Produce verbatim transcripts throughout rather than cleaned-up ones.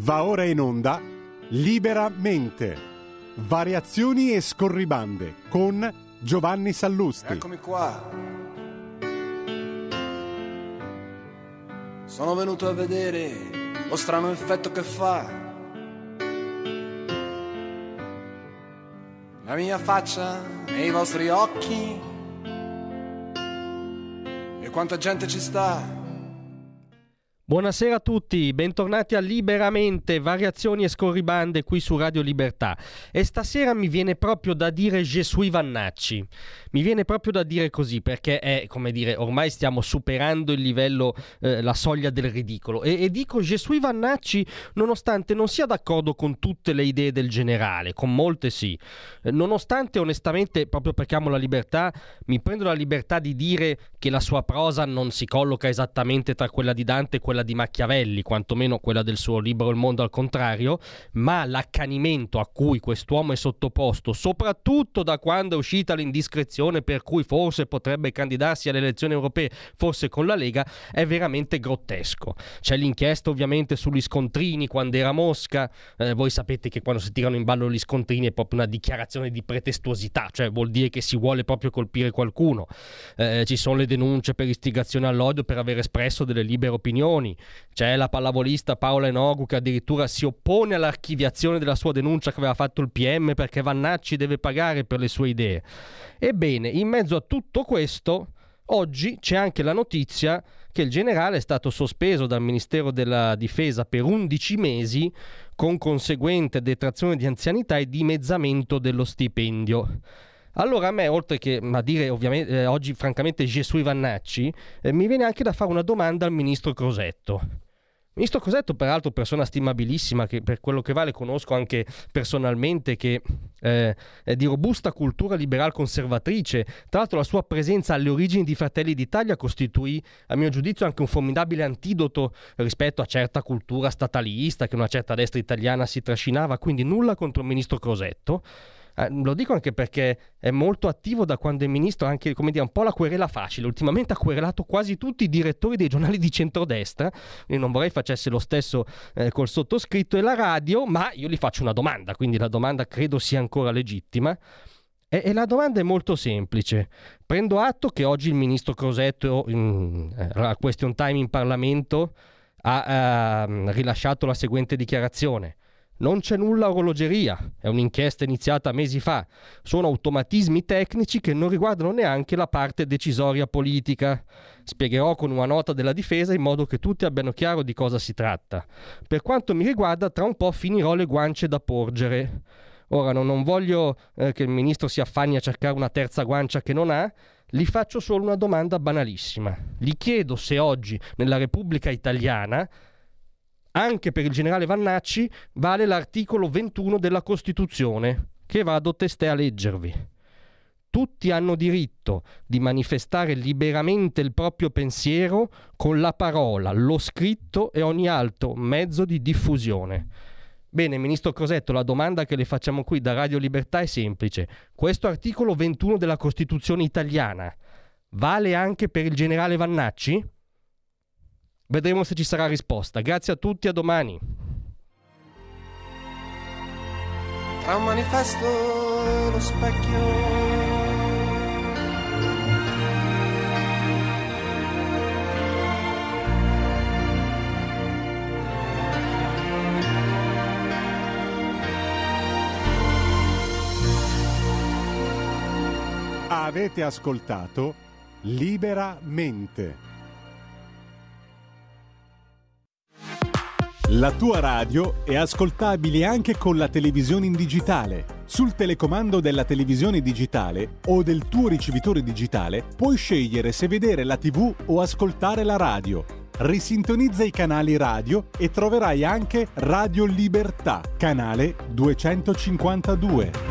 Va ora in onda Liberamente, variazioni e scorribande con Giovanni Sallusti. Eccomi qua. Sono venuto a vedere lo strano effetto che fa la mia faccia nei vostri occhi e quanta gente ci sta. Buonasera a tutti, bentornati a Liberamente, variazioni e scorribande qui su Radio Libertà. E stasera mi viene proprio da dire Je suis Vannacci. Mi viene proprio da dire così perché è, come dire, ormai stiamo superando il livello, eh, la soglia del ridicolo. E, e dico Je suis Vannacci nonostante non sia d'accordo con tutte le idee del generale, con molte sì. Eh, nonostante onestamente, proprio perché amo la libertà, mi prendo la libertà di dire che la sua prosa non si colloca esattamente tra quella di Dante e quella di Machiavelli, quantomeno quella del suo libro Il mondo al contrario, ma l'accanimento a cui quest'uomo è sottoposto, soprattutto da quando è uscita l'indiscrezione per cui forse potrebbe candidarsi alle elezioni europee, forse con la Lega, è veramente grottesco. C'è l'inchiesta ovviamente sugli scontrini quando era a Mosca, eh, voi sapete che quando si tirano in ballo gli scontrini è proprio una dichiarazione di pretestuosità, cioè vuol dire che si vuole proprio colpire qualcuno. Eh, ci sono le denunce per istigazione all'odio per aver espresso delle libere opinioni. C'è la pallavolista Paola Enogu che addirittura si oppone all'archiviazione della sua denuncia che aveva fatto il P M perché Vannacci deve pagare per le sue idee. Ebbene, in mezzo a tutto questo, oggi c'è anche la notizia che il generale è stato sospeso dal Ministero della Difesa per undici mesi con conseguente detrazione di anzianità e dimezzamento dello stipendio. Allora a me, oltre che a dire ovviamente eh, oggi francamente Je suis Vannacci, eh, mi viene anche da fare una domanda al ministro Crosetto. Ministro Crosetto, peraltro persona stimabilissima, che per quello che vale conosco anche personalmente, che eh, è di robusta cultura liberal conservatrice. Tra l'altro la sua presenza alle origini di Fratelli d'Italia costituì, a mio giudizio, anche un formidabile antidoto rispetto a certa cultura statalista che una certa destra italiana si trascinava, quindi nulla contro il ministro Crosetto. Eh, lo dico anche perché è molto attivo da quando è ministro, anche come dire un po' la querela facile. Ultimamente ha querelato quasi tutti i direttori dei giornali di centrodestra, quindi non vorrei facesse lo stesso eh, col sottoscritto e la radio, ma io gli faccio una domanda, quindi la domanda credo sia ancora legittima. E, e la domanda è molto semplice. Prendo atto che oggi il ministro Crosetto in, eh, a question time in Parlamento ha eh, rilasciato la seguente dichiarazione: non c'è nulla a orologeria, è un'inchiesta iniziata mesi fa, sono automatismi tecnici che non riguardano neanche la parte decisoria politica. Spiegherò con una nota della difesa in modo che tutti abbiano chiaro di cosa si tratta. Per quanto mi riguarda, tra un po' finirò le guance da porgere. Ora, non, non voglio eh, che il ministro si affanni a cercare una terza guancia che non ha, gli faccio solo una domanda banalissima. Gli chiedo se oggi, nella Repubblica Italiana, anche per il generale Vannacci vale l'articolo ventuno della Costituzione, che vado testé a leggervi. Tutti hanno diritto di manifestare liberamente il proprio pensiero con la parola, lo scritto e ogni altro mezzo di diffusione. Bene, ministro Crosetto, la domanda che le facciamo qui da Radio Libertà è semplice. Questo articolo ventuno della Costituzione italiana vale anche per il generale Vannacci? Vedremo se ci sarà risposta. Grazie a tutti, a domani. Tra un manifesto e lo specchio Avete ascoltato Liberamente. La tua radio è ascoltabile anche con la televisione in digitale. Sul telecomando della televisione digitale o del tuo ricevitore digitale puoi scegliere se vedere la tivù o ascoltare la radio. Risintonizza i canali radio e troverai anche Radio Libertà, canale duecentocinquantadue.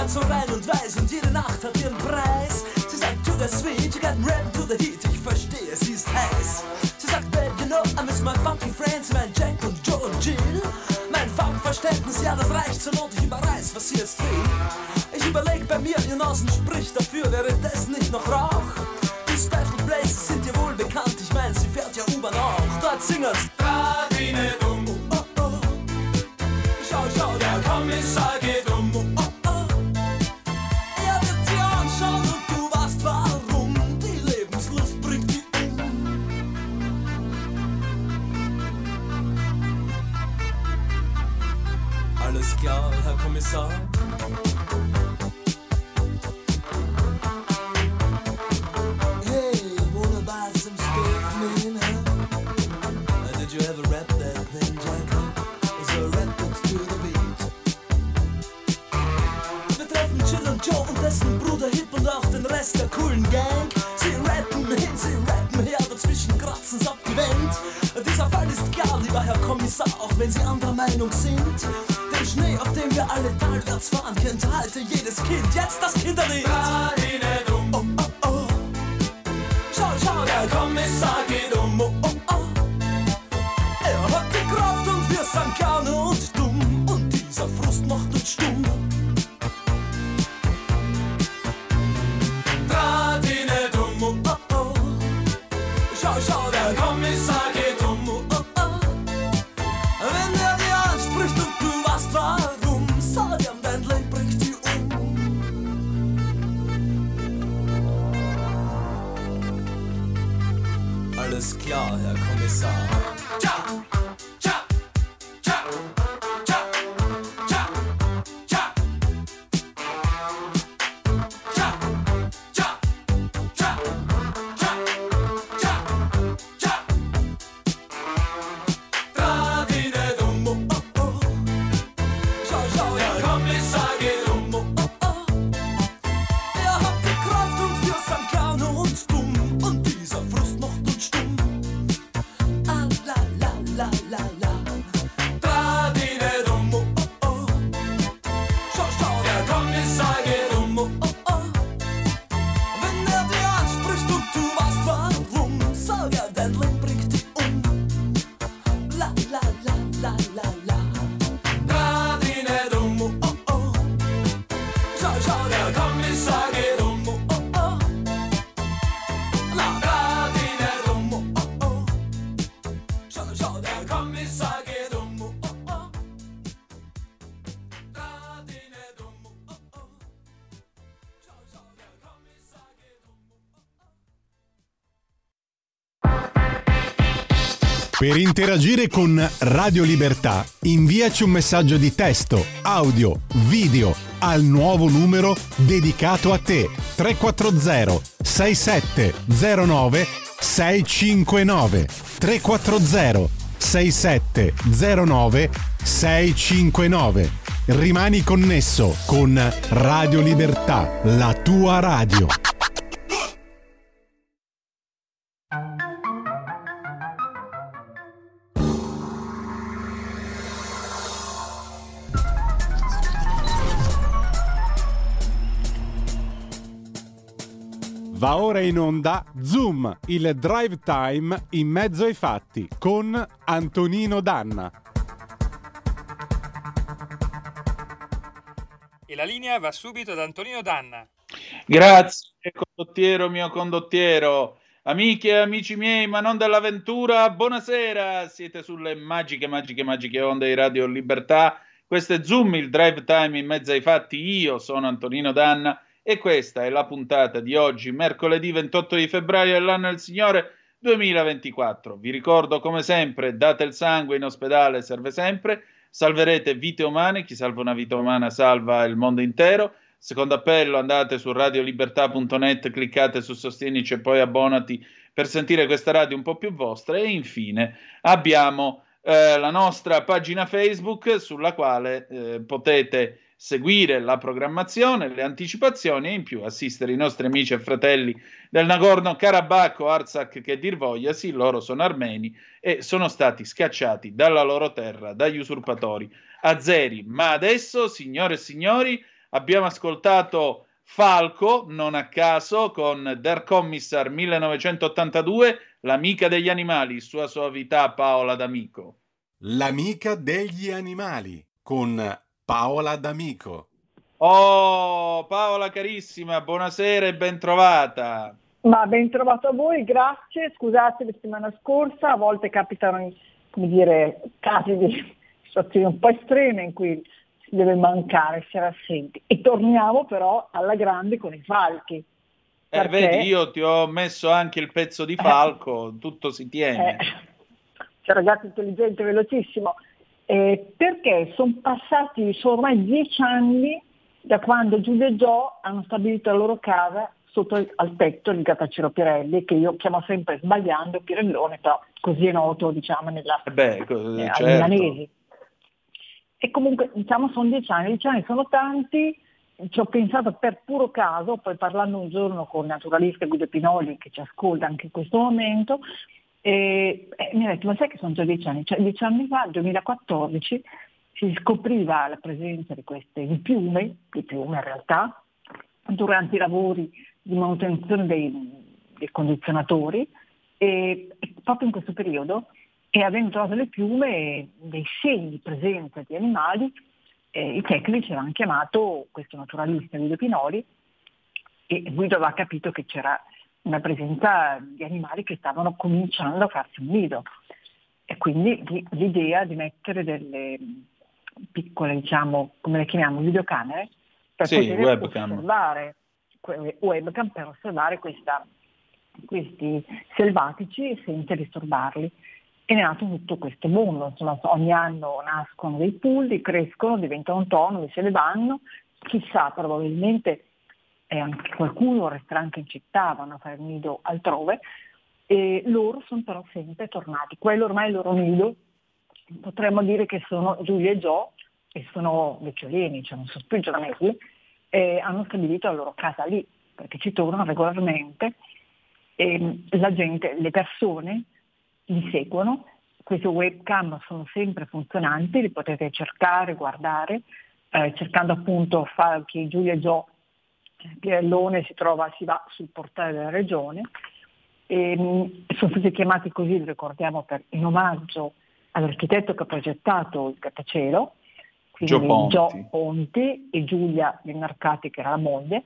schwarz und rein und weiß und jede Nacht hat ihren Preis. Sie sagt, to the sweet, you got rap to the heat, ich verstehe, sie ist heiß. Sie sagt, babe, you know, I miss my funky friends, mein Jack und Joe und Jill. Mein Funkverständnis, ja, das reicht zur Not, ich überreiß, was sie jetzt will. Ich überleg bei mir, ihr Nasen spricht dafür, wäre das nicht noch Rauch? Die Special Places sind dir wohl bekannt, ich mein, sie fährt ja U-Bahn auch. Dort singen's Radine dumm, oh, oh, oh. Schau, schau, der Kommissar geht um, oh, oh, oh. Er wird dir anschauen und du weißt warum, die Lebenslust bringt die um. Alles klar, Herr Kommissar. Bruder Hip und auch den Rest der coolen Gang. Sie rappen hin, sie rappen her, dazwischen kratzen's ab die Wand. Dieser Fall ist klar, lieber Herr Kommissar, auch wenn Sie anderer Meinung sind. Den Schnee, auf dem wir alle talwärts fahren, kennt heute jedes Kind. Jetzt das Kinderlied. Radine dumm. Oh, oh, oh. Schau, schau, der Kommissar geht um. Oh, oh, oh. Er hat die Kraft und wir sind gerne und dumm. Und dieser Frust macht uns stumm. Schau, der Kommissar geht um, oh, oh, oh. Wenn er dir anspricht und du weißt warum, sag ihm, dein Leben bringt dich um. Alles klar, Herr Kommissar. Tja, tja, tja, tja, tja, tja. Tja, tja, tja, tja. Per interagire con Radio Libertà, inviaci un messaggio di testo, audio, video al nuovo numero dedicato a te tre quattro zero sei sette zero nove sei cinque nove tre quattro zero sei sette zero nove sei cinque nove. Rimani connesso con Radio Libertà, la tua radio. Va ora in onda Zoom, il drive time in mezzo ai fatti con Antonino Danna. E la linea va subito ad Antonino Danna. Grazie, condottiero mio condottiero. Amiche e amici miei, ma non dell'avventura, buonasera. Siete sulle magiche, magiche, magiche onde di Radio Libertà. Questo è Zoom, il drive time in mezzo ai fatti. Io sono Antonino Danna. E questa è la puntata di oggi, mercoledì ventotto di febbraio dell'anno del Signore duemilaventiquattro. Vi ricordo come sempre, date il sangue in ospedale, serve sempre, salverete vite umane, chi salva una vita umana salva il mondo intero. Secondo appello, andate su radiolibertà punto net, cliccate su Sostienici e poi abbonati per sentire questa radio un po' più vostra. E infine abbiamo eh, la nostra pagina Facebook sulla quale eh, potete seguire la programmazione, le anticipazioni e in più assistere i nostri amici e fratelli del Nagorno-Karabakh o Artsakh, che dir voglia, sì, loro sono armeni e sono stati scacciati dalla loro terra dagli usurpatori azeri. Ma adesso, signore e signori, abbiamo ascoltato Falco, non a caso, con Der Kommissar millenovecentottantadue, l'amica degli animali, sua suavità Paola D'Amico. L'amica degli animali con Paola D'Amico. Oh, Paola carissima, buonasera e ben trovata. Ma ben trovato a voi, grazie. Scusate la settimana scorsa, a volte capitano, come dire, casi di situazioni un po' estreme in cui si deve mancare, essere assenti. E torniamo però alla grande con i falchi. Eh, vedi, io ti ho messo anche il pezzo di Falco, eh, tutto si tiene. Eh, c'è un ragazzo intelligente, velocissimo. Eh, perché sono passati, sono ormai dieci anni da quando Giulia e Joe hanno stabilito la loro casa sotto il, al tetto il grattacielo Pirelli, che io chiamo sempre sbagliando Pirellone, però così è noto, diciamo, nella, eh beh, eh, certo. ai milanesi. E comunque, diciamo, sono dieci anni, dieci anni sono tanti, ci ho pensato per puro caso, poi parlando un giorno con il naturalista Guido Pinoli, che ci ascolta anche in questo momento, e, e mi ha detto, ma sai che sono già dieci anni? Cioè, dieci anni fa, nel duemilaquattordici, si scopriva la presenza di queste di piume, di piume in realtà, durante i lavori di manutenzione dei, dei condizionatori, e, e proprio in questo periodo, e avendo trovato le piume, dei segni di presenza di animali, eh, i tecnici avevano chiamato questo naturalista Guido Pinoli, e Guido aveva capito che c'era una presenza di animali che stavano cominciando a farsi un nido, e quindi l'idea di mettere delle piccole, diciamo, come le chiamiamo, videocamere, per sì, poter webcam. osservare, webcam per osservare questa, questi selvatici senza disturbarli. E ne è nato tutto questo mondo, insomma, ogni anno nascono dei pulli, crescono, diventano autonomi, se ne vanno, chissà, probabilmente eh, anche qualcuno resterà anche in città, vanno a fare il nido altrove, e loro sono però sempre tornati. Quello ormai è il loro nido, potremmo dire che sono Giulia e Joe, e sono vecchiolini, cioè non sono più giovanelli, e hanno stabilito la loro casa lì, perché ci tornano regolarmente, e la gente, le persone li seguono. Queste webcam sono sempre funzionanti, li potete cercare, guardare, eh, cercando appunto Falchi, Giulia e Joe, Pirellone si trova, si va sul portale della regione, e sono stati chiamati così, lo ricordiamo, per, in omaggio all'architetto che ha progettato il grattacielo, quindi Gio Ponti. Gio Ponti e Giulia Benarcati, che era la moglie,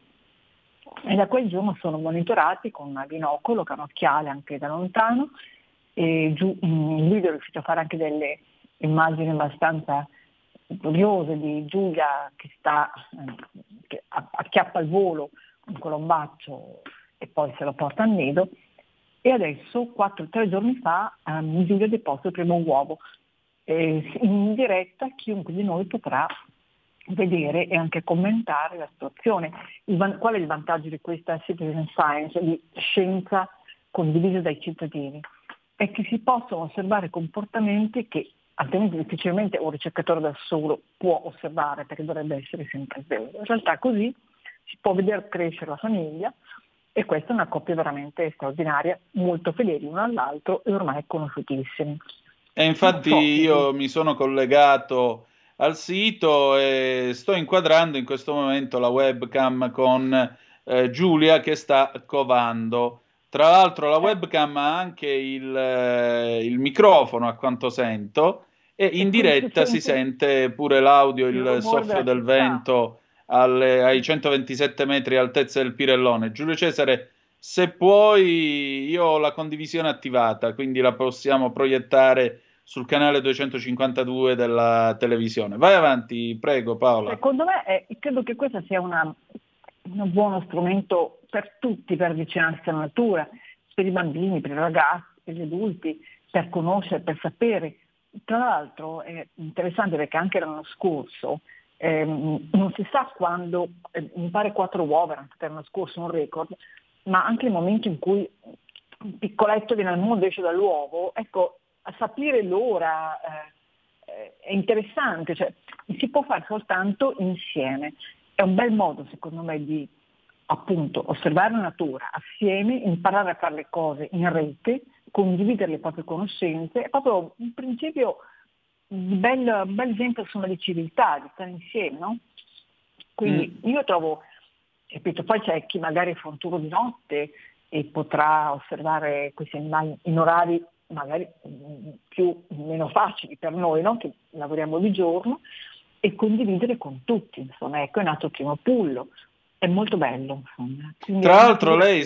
e da quel giorno sono monitorati con un binocolo, con un occhiale anche da lontano, e giù, in video è riuscito a fare anche delle immagini abbastanza curiose di Giulia che sta che acchiappa al volo un colombaccio e poi se lo porta al nido, e adesso quattro tre giorni fa um, Giulia ha deposto il primo uovo, e in diretta chiunque di noi potrà vedere e anche commentare la situazione. Il van- qual è il vantaggio di questa citizen science, di scienza condivisa dai cittadini? È che si possono osservare comportamenti che altrimenti difficilmente un ricercatore da solo può osservare, perché dovrebbe essere sempre vero. In realtà così si può vedere crescere la famiglia, e questa è una coppia veramente straordinaria, molto fedeli uno all'altro e ormai conosciutissimi. E infatti so, io mi sono collegato al sito e sto inquadrando in questo momento la webcam con eh, Giulia che sta covando. Tra l'altro la webcam ha anche il, eh, il microfono, a quanto sento, e in e diretta si sente pure l'audio, il, il soffio del città. vento alle, ai centoventisette metri altezza del Pirellone. Giulio Cesare, se puoi, io ho la condivisione attivata, quindi la possiamo proiettare sul canale duecentocinquantadue della televisione. Vai avanti, prego Paola. Secondo me è, credo che questo sia una, un buono strumento per tutti, per avvicinarsi alla natura, per i bambini, per i ragazzi, per gli adulti, per conoscere, per sapere. Tra l'altro è interessante perché anche l'anno scorso ehm, non si sa quando, eh, mi pare quattro uova erano state l'anno scorso, un record, ma anche il momento in cui un piccoletto viene al mondo, esce dall'uovo, ecco, a sapere l'ora eh, è interessante, cioè si può fare soltanto insieme. È un bel modo secondo me di appunto osservare la natura assieme, imparare a fare le cose in rete, condividere le proprie conoscenze, è proprio un principio di bel, bel esempio insomma, di civiltà, di stare insieme, no? Quindi mm. io trovo, ripeto, poi c'è chi magari fa un turno di notte e potrà osservare questi animali in orari magari più meno facili per noi, no? Che lavoriamo di giorno, e condividere con tutti. Insomma, ecco, è nato il primo pullo. È molto bello. Quindi Tra l'altro lei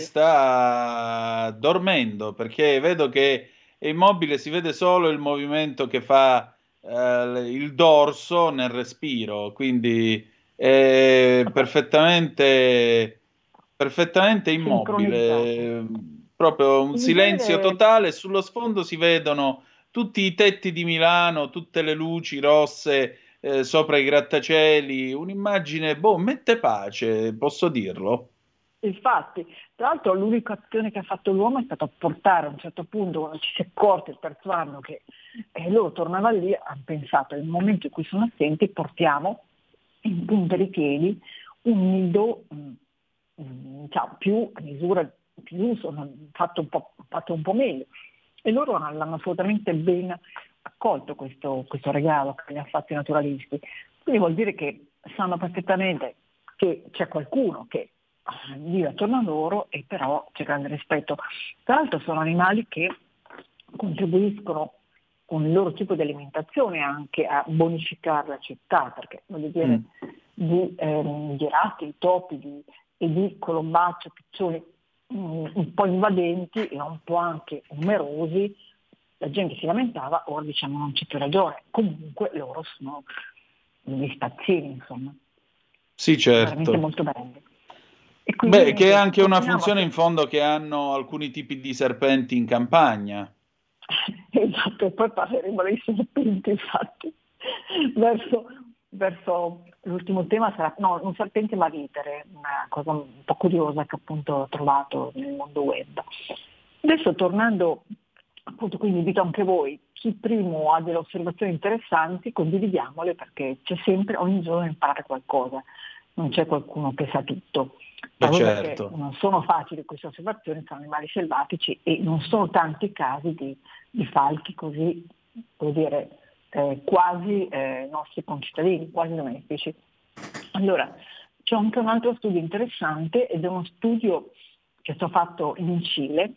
sta dormendo, perché vedo che è immobile, si vede solo il movimento che fa eh, il dorso nel respiro, quindi è perfettamente, perfettamente immobile, proprio un In silenzio genere- totale. Sullo sfondo si vedono tutti i tetti di Milano, tutte le luci rosse eh, sopra i grattacieli, un'immagine, boh, mette pace, posso dirlo. Infatti, tra l'altro l'unica azione che ha fatto l'uomo è stata portare a un certo punto, quando ci si è accorti il terzo anno che eh, loro tornavano lì, hanno pensato nel momento in cui sono assenti portiamo in punta dei piedi un nido mh, mh, diciamo, più a misura, più sono fatto un po', fatto un po' meglio, e loro l'hanno assolutamente ben accolto questo, questo regalo che gli hanno fatto i naturalisti. Quindi vuol dire che sanno perfettamente che c'è qualcuno che vive attorno a loro, e però c'è grande rispetto. Tra l'altro sono animali che contribuiscono con il loro tipo di alimentazione anche a bonificare la città, perché voglio dire Mm. di, ehm, di ratti, di topi di, e di colombacci, piccioni mm, un po' invadenti e un po' anche numerosi, la gente si lamentava, ora diciamo non c'è più ragione. Comunque loro sono degli spazzini, insomma, Sì, veramente certo. molto belli. E quindi Beh, che è niente, anche una continuiamo a funzione in fondo che hanno alcuni tipi di serpenti in campagna. Esatto, e poi parleremo dei serpenti, infatti. Verso, verso l'ultimo tema sarà, no, non serpenti ma vipere, una cosa un po' curiosa che appunto ho trovato nel mondo web. Adesso tornando, appunto, quindi invito anche voi, chi primo ha delle osservazioni interessanti, condividiamole, perché c'è sempre, ogni giorno da imparare qualcosa, non c'è qualcuno che sa tutto. Beh, Proprio perché certo. non sono facili queste osservazioni, sono animali selvatici e non sono tanti casi di, di falchi così, vuol dire, eh, quasi eh, nostri concittadini, quasi domestici. Allora, c'è anche un altro studio interessante, ed è uno studio che è stato fatto in Cile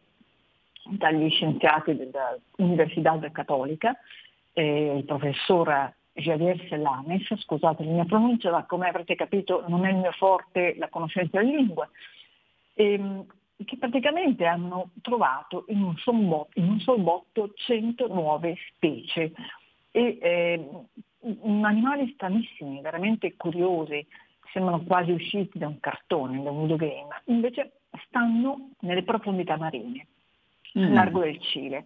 dagli scienziati dell'Università Cattolica, eh, il professor Javier Selanes, scusate la mia pronuncia, ma come avrete capito non è il mio forte la conoscenza delle lingue, ehm, che praticamente hanno trovato in un, sol botto, in un sol botto cento nuove specie, e eh, animali stranissimi, veramente curiosi, sembrano quasi usciti da un cartone, da un videogame, invece stanno nelle profondità marine, Mm. a largo del Cile,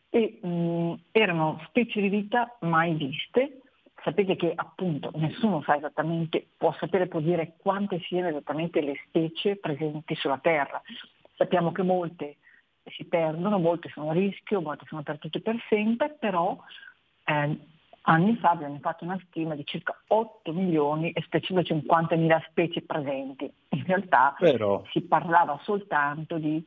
e mh, erano specie di vita mai viste. Sapete che appunto nessuno sa esattamente, può sapere, può dire quante siano esattamente le specie presenti sulla Terra. Sappiamo che molte si perdono, molte sono a rischio, molte sono perdute per sempre, però eh, anni fa abbiamo fatto una stima di circa otto milioni e settecentocinquantamila specie presenti. In realtà Però, si parlava soltanto di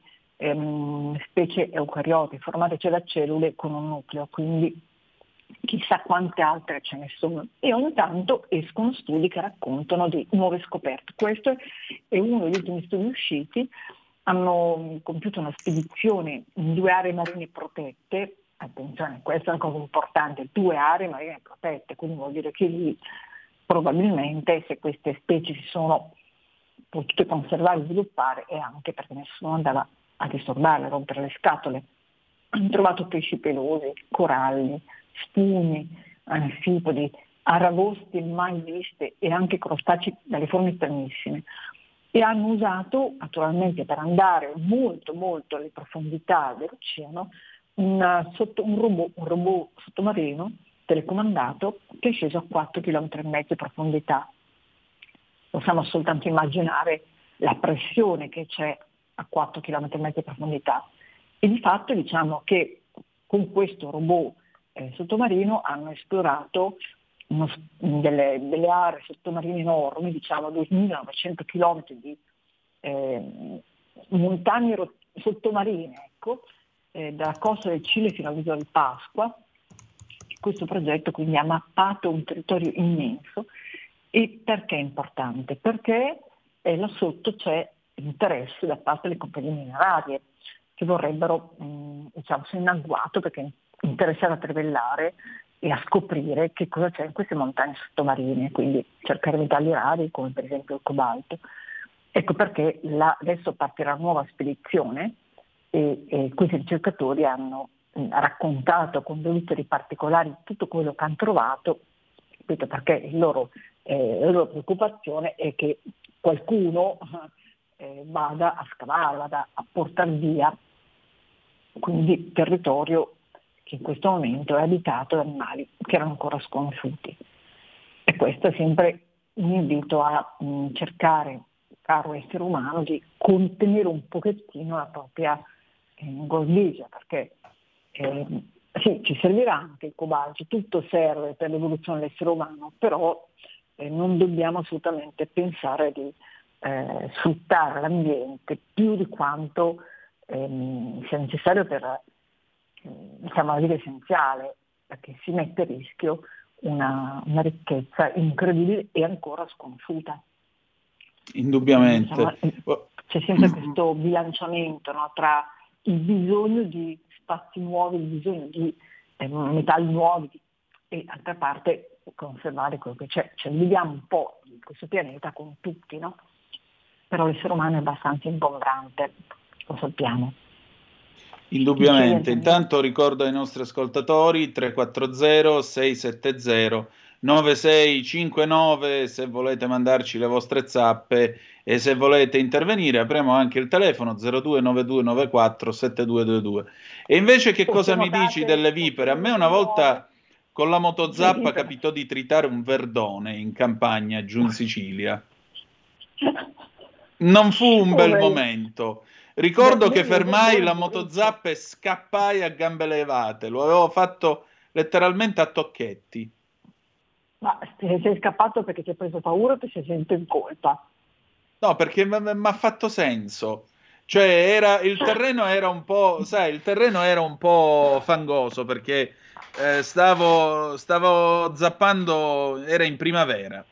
ehm, specie eucariote, formate cioè da cellule con un nucleo, quindi chissà quante altre ce ne sono, e ogni tanto escono studi che raccontano di nuove scoperte. Questo è uno degli ultimi studi usciti. Hanno compiuto una spedizione in due aree marine protette, attenzione, questa è una cosa importante, due aree marine protette, quindi vuol dire che lì probabilmente, se queste specie si sono potute conservare e sviluppare, è anche perché nessuno andava a disturbarle, a rompere le scatole. Hanno trovato pesci pelosi, coralli, spumi, anfipodi, aragoste mai viste e anche crostacei dalle forme stranissime. E hanno usato, naturalmente, per andare molto molto alle profondità dell'oceano, una, sotto, un, robot, un robot sottomarino telecomandato che è sceso a quattro chilometri e mezzo di profondità. Possiamo soltanto immaginare la pressione che c'è a quattro chilometri e mezzo di profondità. E di fatto diciamo che con questo robot eh, sottomarino hanno esplorato uno, delle, delle aree sottomarine enormi, diciamo duemilanovecento chilometri di eh, montagne ro- sottomarine, ecco, eh, dalla costa del Cile fino all'isola di Pasqua. Questo progetto quindi ha mappato un territorio immenso E perché è importante? Perché eh, là sotto c'è interesse da parte delle compagnie minerarie che vorrebbero, mh, diciamo, sono in agguato perché interessate a trivellare e a scoprire che cosa c'è in queste montagne sottomarine, quindi cercare metalli rari come per esempio il cobalto. Ecco perché la, adesso partirà una nuova spedizione e, e questi ricercatori hanno mh, raccontato con dei literi particolari tutto quello che hanno trovato, ripeto, perché il loro, eh, la loro preoccupazione è che qualcuno eh, vada a scavare, vada a portare via quindi territorio che in questo momento è abitato da animali che erano ancora sconosciuti. E questo è sempre un invito a mh, cercare, caro essere umano, di contenere un pochettino la propria eh, ingordigia, perché eh, sì, ci servirà anche il cobalto, tutto serve per l'evoluzione dell'essere umano, però eh, non dobbiamo assolutamente pensare di eh, sfruttare l'ambiente più di quanto ehm, sia necessario per diciamo, la vita essenziale, perché si mette a rischio una, una ricchezza incredibile e ancora sconosciuta. Indubbiamente. Quindi, diciamo, c'è sempre questo bilanciamento, no, tra il bisogno di spazi nuovi, il bisogno di eh, metalli nuovi e d'altra parte conservare quello che c'è. Cioè, viviamo un po' in questo pianeta con tutti, no? Però l'essere umano è abbastanza ingombrante, lo sappiamo. Indubbiamente. Intanto ricordo ai nostri ascoltatori tre quattro zero sei sette zero nove sei cinque nove se volete mandarci le vostre zappe e se volete intervenire apriamo anche il telefono zero due nove due nove quattro sette due due due. E invece che cosa mi dici delle vipere? A me una volta con la motozappa capitò di tritare un verdone in campagna giù in Sicilia. Non fu un bel momento. Ricordo che fermai la motozappa e scappai a gambe levate. Lo avevo fatto letteralmente a tocchetti. Ma sei scappato perché ti hai preso paura o ti sei sentito in colpa? No, perché mi ha fatto senso. Cioè, era, il terreno era un po', sai, il terreno era un po' fangoso perché eh, stavo, stavo zappando, era in primavera.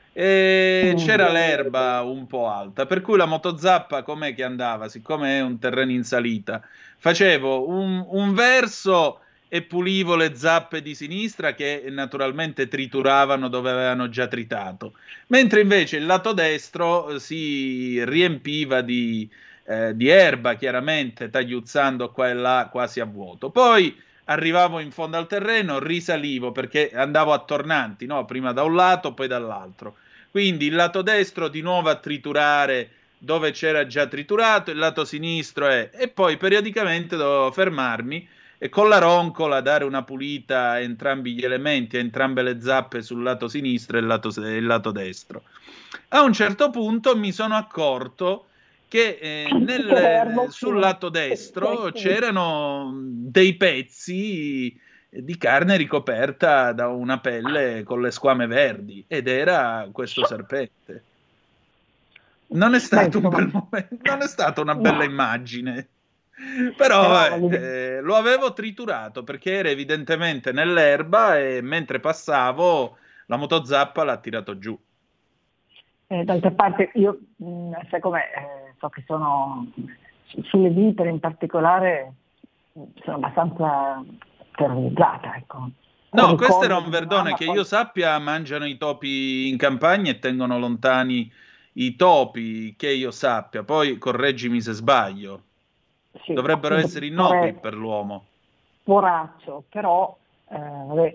E c'era l'erba un po' alta, per cui la motozappa com'è che andava? Siccome è un terreno in salita, facevo un, un verso e pulivo le zappe di sinistra che naturalmente trituravano dove avevano già tritato, mentre invece il lato destro si riempiva di, eh, di erba, chiaramente tagliuzzando qua e là quasi a vuoto. Poi arrivavo in fondo al terreno, risalivo perché andavo a tornanti, no? Prima da un lato, poi dall'altro. Quindi il lato destro di nuovo a triturare dove c'era già triturato, il lato sinistro è... e poi periodicamente dovevo fermarmi e con la roncola dare una pulita a entrambi gli elementi, a entrambe le zappe sul lato sinistro e il lato, il lato destro. A un certo punto mi sono accorto che eh, nel, sul lato destro c'erano dei pezzi di carne ricoperta da una pelle con le squame verdi ed era questo serpente. Non è stato un bel momento, non è stata una bella immagine, però eh, lo avevo triturato perché era evidentemente nell'erba e mentre passavo la motozappa l'ha tirato giù. Eh, d'altra parte io mh, sai com'è, eh, so che sono sulle vipere in particolare sono abbastanza terrorizzata, ecco. No, questo era un verdone che io sappia mangiano i topi in campagna e tengono lontani i topi, che io sappia, poi correggimi se sbaglio. Sì, dovrebbero essere innocui per l'uomo. Poraccio, però eh, vabbè,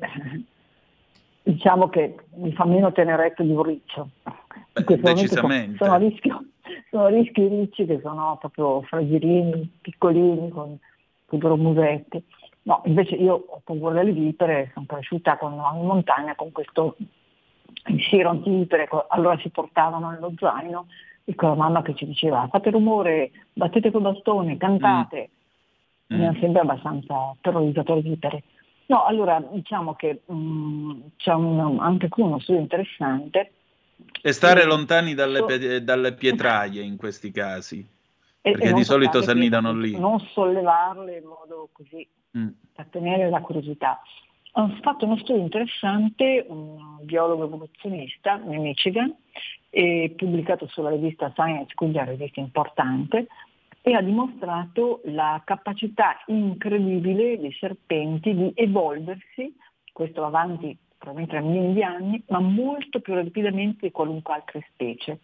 diciamo che mi fa meno tenerezza di un riccio. Beh, decisamente. Sono, sono, a rischio, sono a rischio i ricci che sono proprio fragilini, piccolini, con i loro musetti. No, invece io ho paura delle vipere, sono cresciuta con, in montagna con questo sciro antivipere, allora si portavano nello zaino e con la mamma che ci diceva fate rumore, battete col bastone, cantate, mm. mi è sempre abbastanza terrorizzatore di vipere. No, allora diciamo che mh, c'è un, anche qui uno studio interessante. E stare e, lontani dalle, so, dalle pietraie in questi casi, e, perché e di solito si annidano lì. lì. Non sollevarle in modo così, mm. per tenere la curiosità. Ha fatto uno studio interessante, un biologo evoluzionista nel Michigan, e pubblicato sulla rivista Science, quindi una rivista importante, e ha dimostrato la capacità incredibile dei serpenti di evolversi, questo va avanti probabilmente tra milioni di anni, ma molto più rapidamente di qualunque altra specie.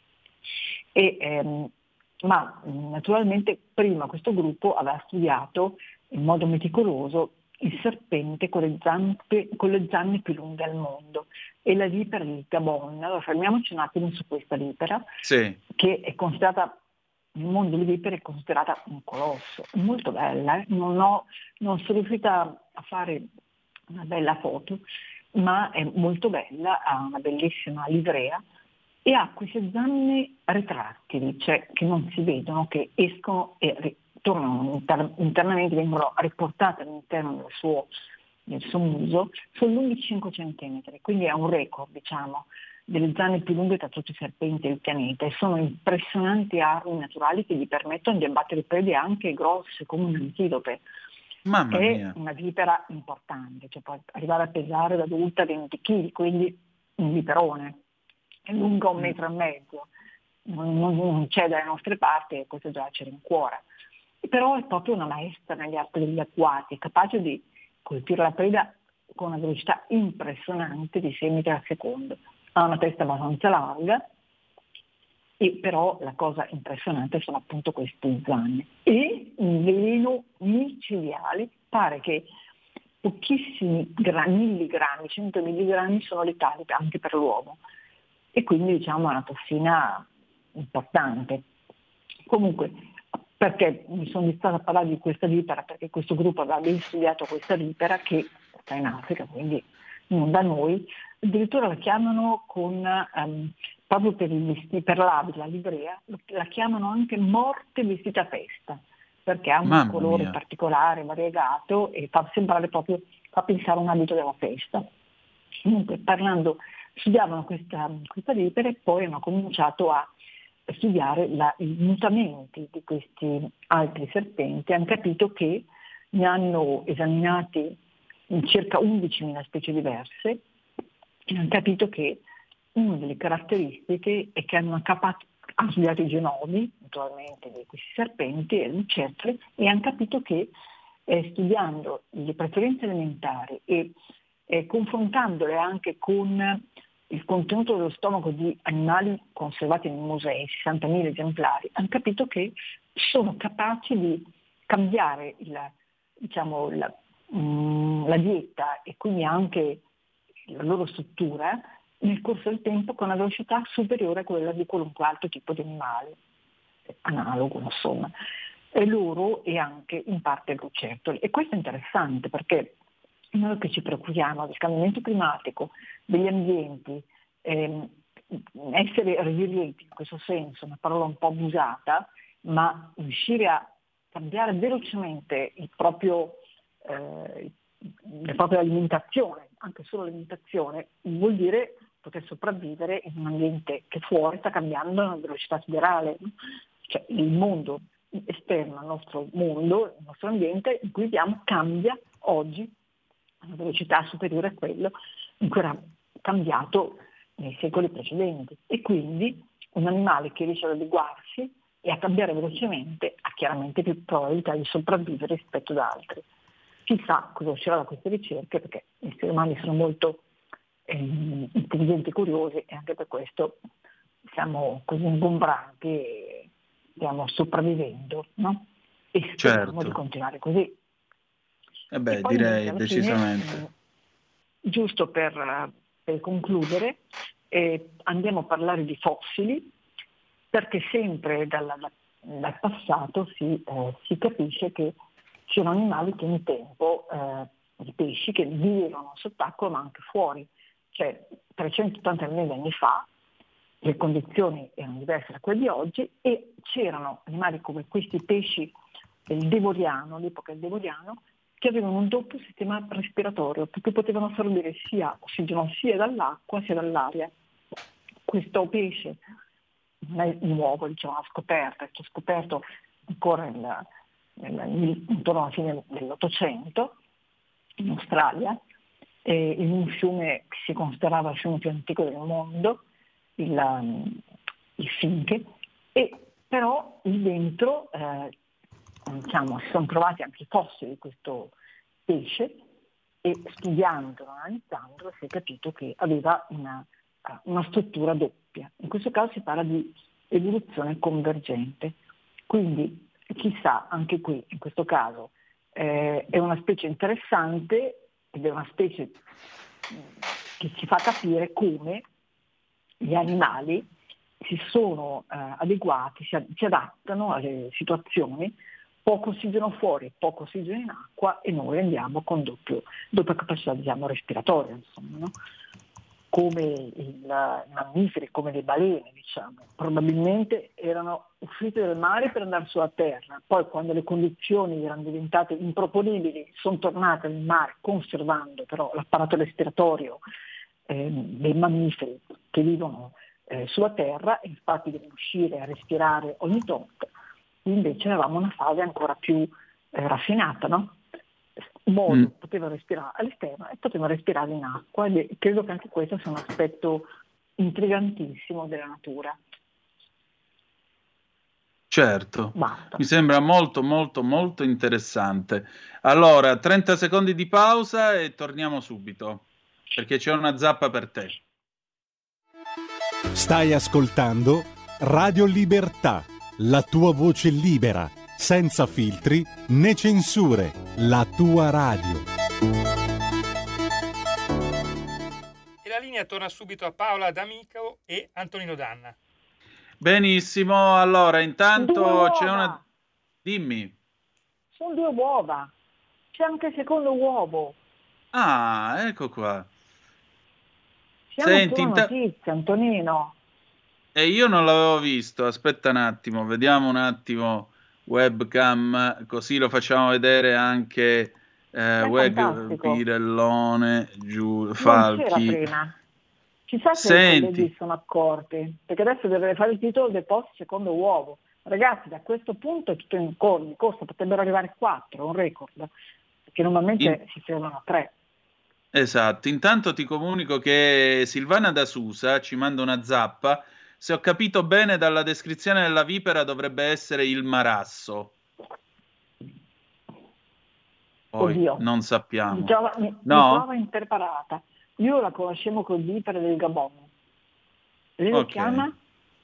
E, ehm, ma naturalmente prima questo gruppo aveva studiato in modo meticoloso il serpente con le, zampe, con le zanne più lunghe al mondo e la vipera del Gabon. Allora fermiamoci un attimo su questa vipera, sì. che è considerata, nel mondo delle vipere è considerata un colosso, molto bella, eh? non, ho, non sono riuscita a fare una bella foto, ma è molto bella, ha una bellissima livrea e ha queste zanne retrattili, cioè che non si vedono, che escono e ri- tornano inter- internamente, vengono riportate all'interno del suo, del suo muso, sono lunghi cinque centimetri, quindi è un record, diciamo, delle zanne più lunghe tra tutti i serpenti del pianeta, e sono impressionanti armi naturali che gli permettono di abbattere prede anche grosse come un antilope. Mamma è mia. una vipera importante, cioè può arrivare a pesare da adulta venti chili, quindi un viperone, è lungo un metro e mezzo, non, non, non c'è dalle nostre parti e questo già ci rincuora. Però è proprio una maestra negli arti degli acquati, capace di colpire la preda con una velocità impressionante di sei metri al secondo. Ha una testa abbastanza larga, e però la cosa impressionante sono appunto queste zanne. E un veleno micidiale, pare che pochissimi gram, milligrammi, cento milligrammi sono letali anche per l'uomo. E quindi diciamo è una tossina importante. Comunque, perché mi sono distratta a parlare di questa vipera? Perché questo gruppo aveva ben studiato questa vipera che sta in Africa, quindi non da noi, addirittura la chiamano con, um, proprio per, il vesti- per l'abito, la livrea, la chiamano anche morte vestita a festa, perché ha un Mamma colore mia. particolare, variegato, e fa sembrare proprio, fa pensare a un abito della festa. Comunque, parlando, studiavano questa, questa vipera e poi hanno cominciato a studiare la, i mutamenti di questi altri serpenti, hanno capito che ne hanno esaminati in circa undicimila specie diverse e hanno capito che una delle caratteristiche è che hanno una capacità, hanno studiato i genomi naturalmente di questi serpenti e lucertole, e hanno capito che eh, studiando le preferenze alimentari e eh, confrontandole anche con il contenuto dello stomaco di animali conservati nei musei, sessantamila esemplari, hanno capito che sono capaci di cambiare il, diciamo, la, mh, la dieta e quindi anche la loro struttura nel corso del tempo con una velocità superiore a quella di qualunque altro tipo di animale, analogo insomma, e loro e anche in parte i lucertoli. E questo è interessante perché noi che ci preoccupiamo del cambiamento climatico, degli ambienti, ehm, essere resilienti in questo senso, una parola un po' abusata, ma riuscire a cambiare velocemente il proprio, eh, la propria alimentazione, anche solo l'alimentazione, vuol dire poter sopravvivere in un ambiente che fuori sta cambiando a una velocità siderale, cioè il mondo esterno al nostro mondo, il nostro ambiente in cui viviamo cambia oggi a una velocità superiore a quello in cui era cambiato nei secoli precedenti, e quindi un animale che riesce ad adeguarsi e a cambiare velocemente ha chiaramente più probabilità di sopravvivere rispetto ad altri. Chissà cosa uscirà da queste ricerche, perché gli esseri umani sono molto eh, intelligenti e curiosi, e anche per questo siamo così ingombranti e stiamo sopravvivendo, no? E speriamo Certo. di continuare così. Eh beh, E poi direi alla decisamente. fine, mh, giusto per, per concludere, eh, andiamo a parlare di fossili, perché sempre dalla, da, dal passato si, eh, si capisce che c'erano animali che un tempo, eh, i pesci, che vivevano sott'acqua ma anche fuori, cioè trecentottanta milioni di anni fa le condizioni erano diverse da quelle di oggi, e c'erano animali come questi pesci del Devoniano, l'epoca del Devoniano, che avevano un doppio sistema respiratorio, perché potevano assorbire sia ossigeno sia dall'acqua sia dall'aria. Questo pesce non è nuovo, diciamo, ha scoperto, è stato scoperto ancora nel, nel, intorno alla fine dell'Ottocento in Australia, eh, in un fiume che si considerava il fiume più antico del mondo, il, um, il Finche, e però lì dentro eh, diciamo, si sono trovati anche i fossili di questo pesce e studiandolo, analizzandolo si è capito che aveva una, una struttura doppia. In questo caso si parla di evoluzione convergente, quindi chissà, anche qui in questo caso eh, è una specie interessante ed è una specie che ci fa capire come gli animali si sono eh, adeguati, si, si adattano alle situazioni, poco ossigeno fuori, poco ossigeno in acqua, e noi andiamo con doppio, doppia capacità, diciamo, respiratoria, insomma, no? Come i mammiferi, come le balene, diciamo, probabilmente erano uscite dal mare per andare sulla terra, poi quando le condizioni erano diventate improponibili sono tornate nel mare, conservando però l'apparato respiratorio eh, dei mammiferi che vivono eh, sulla terra, e infatti devono uscire a respirare ogni tot. Invece avevamo una fase ancora più eh, raffinata, no? Un modo mm. poteva respirare all'esterno e poteva respirare in acqua, e credo che anche questo sia un aspetto intrigantissimo della natura. Certo, Basta. Mi sembra molto molto molto interessante. Allora, trenta secondi di pausa e torniamo subito, perché c'è una zappa per te. Stai ascoltando Radio Libertà, la tua voce libera, senza filtri né censure, la tua radio. E la linea torna subito a Paola D'Amico e Antonino Danna. Benissimo, allora intanto c'è uova. una... Dimmi. Sono due uova, c'è anche il secondo uovo. Ah, ecco qua. Siamo Senti, sulla inta- notizia, Antonino. E io non l'avevo visto, aspetta un attimo, vediamo un attimo webcam, così lo facciamo vedere anche eh, Weg fantastico. Pirellone, Giù, Non c'era Falchi. prima. Chissà se Senti. i colleghi sono accorti, perché adesso deve fare il titolo del post secondo uovo. Ragazzi, da questo punto è tutto in corso, in corso potrebbero arrivare quattro, un record, perché normalmente In- si fermano a tre. Esatto, intanto ti comunico che Silvana da Susa ci manda una zappa. Se ho capito bene dalla descrizione della vipera dovrebbe essere il marasso. Poi Oddio. non sappiamo. Mi trova, mi, No? mi trova impreparata. Io la conoscevo con vipere del Gabon. Lei lo Ok. chiama?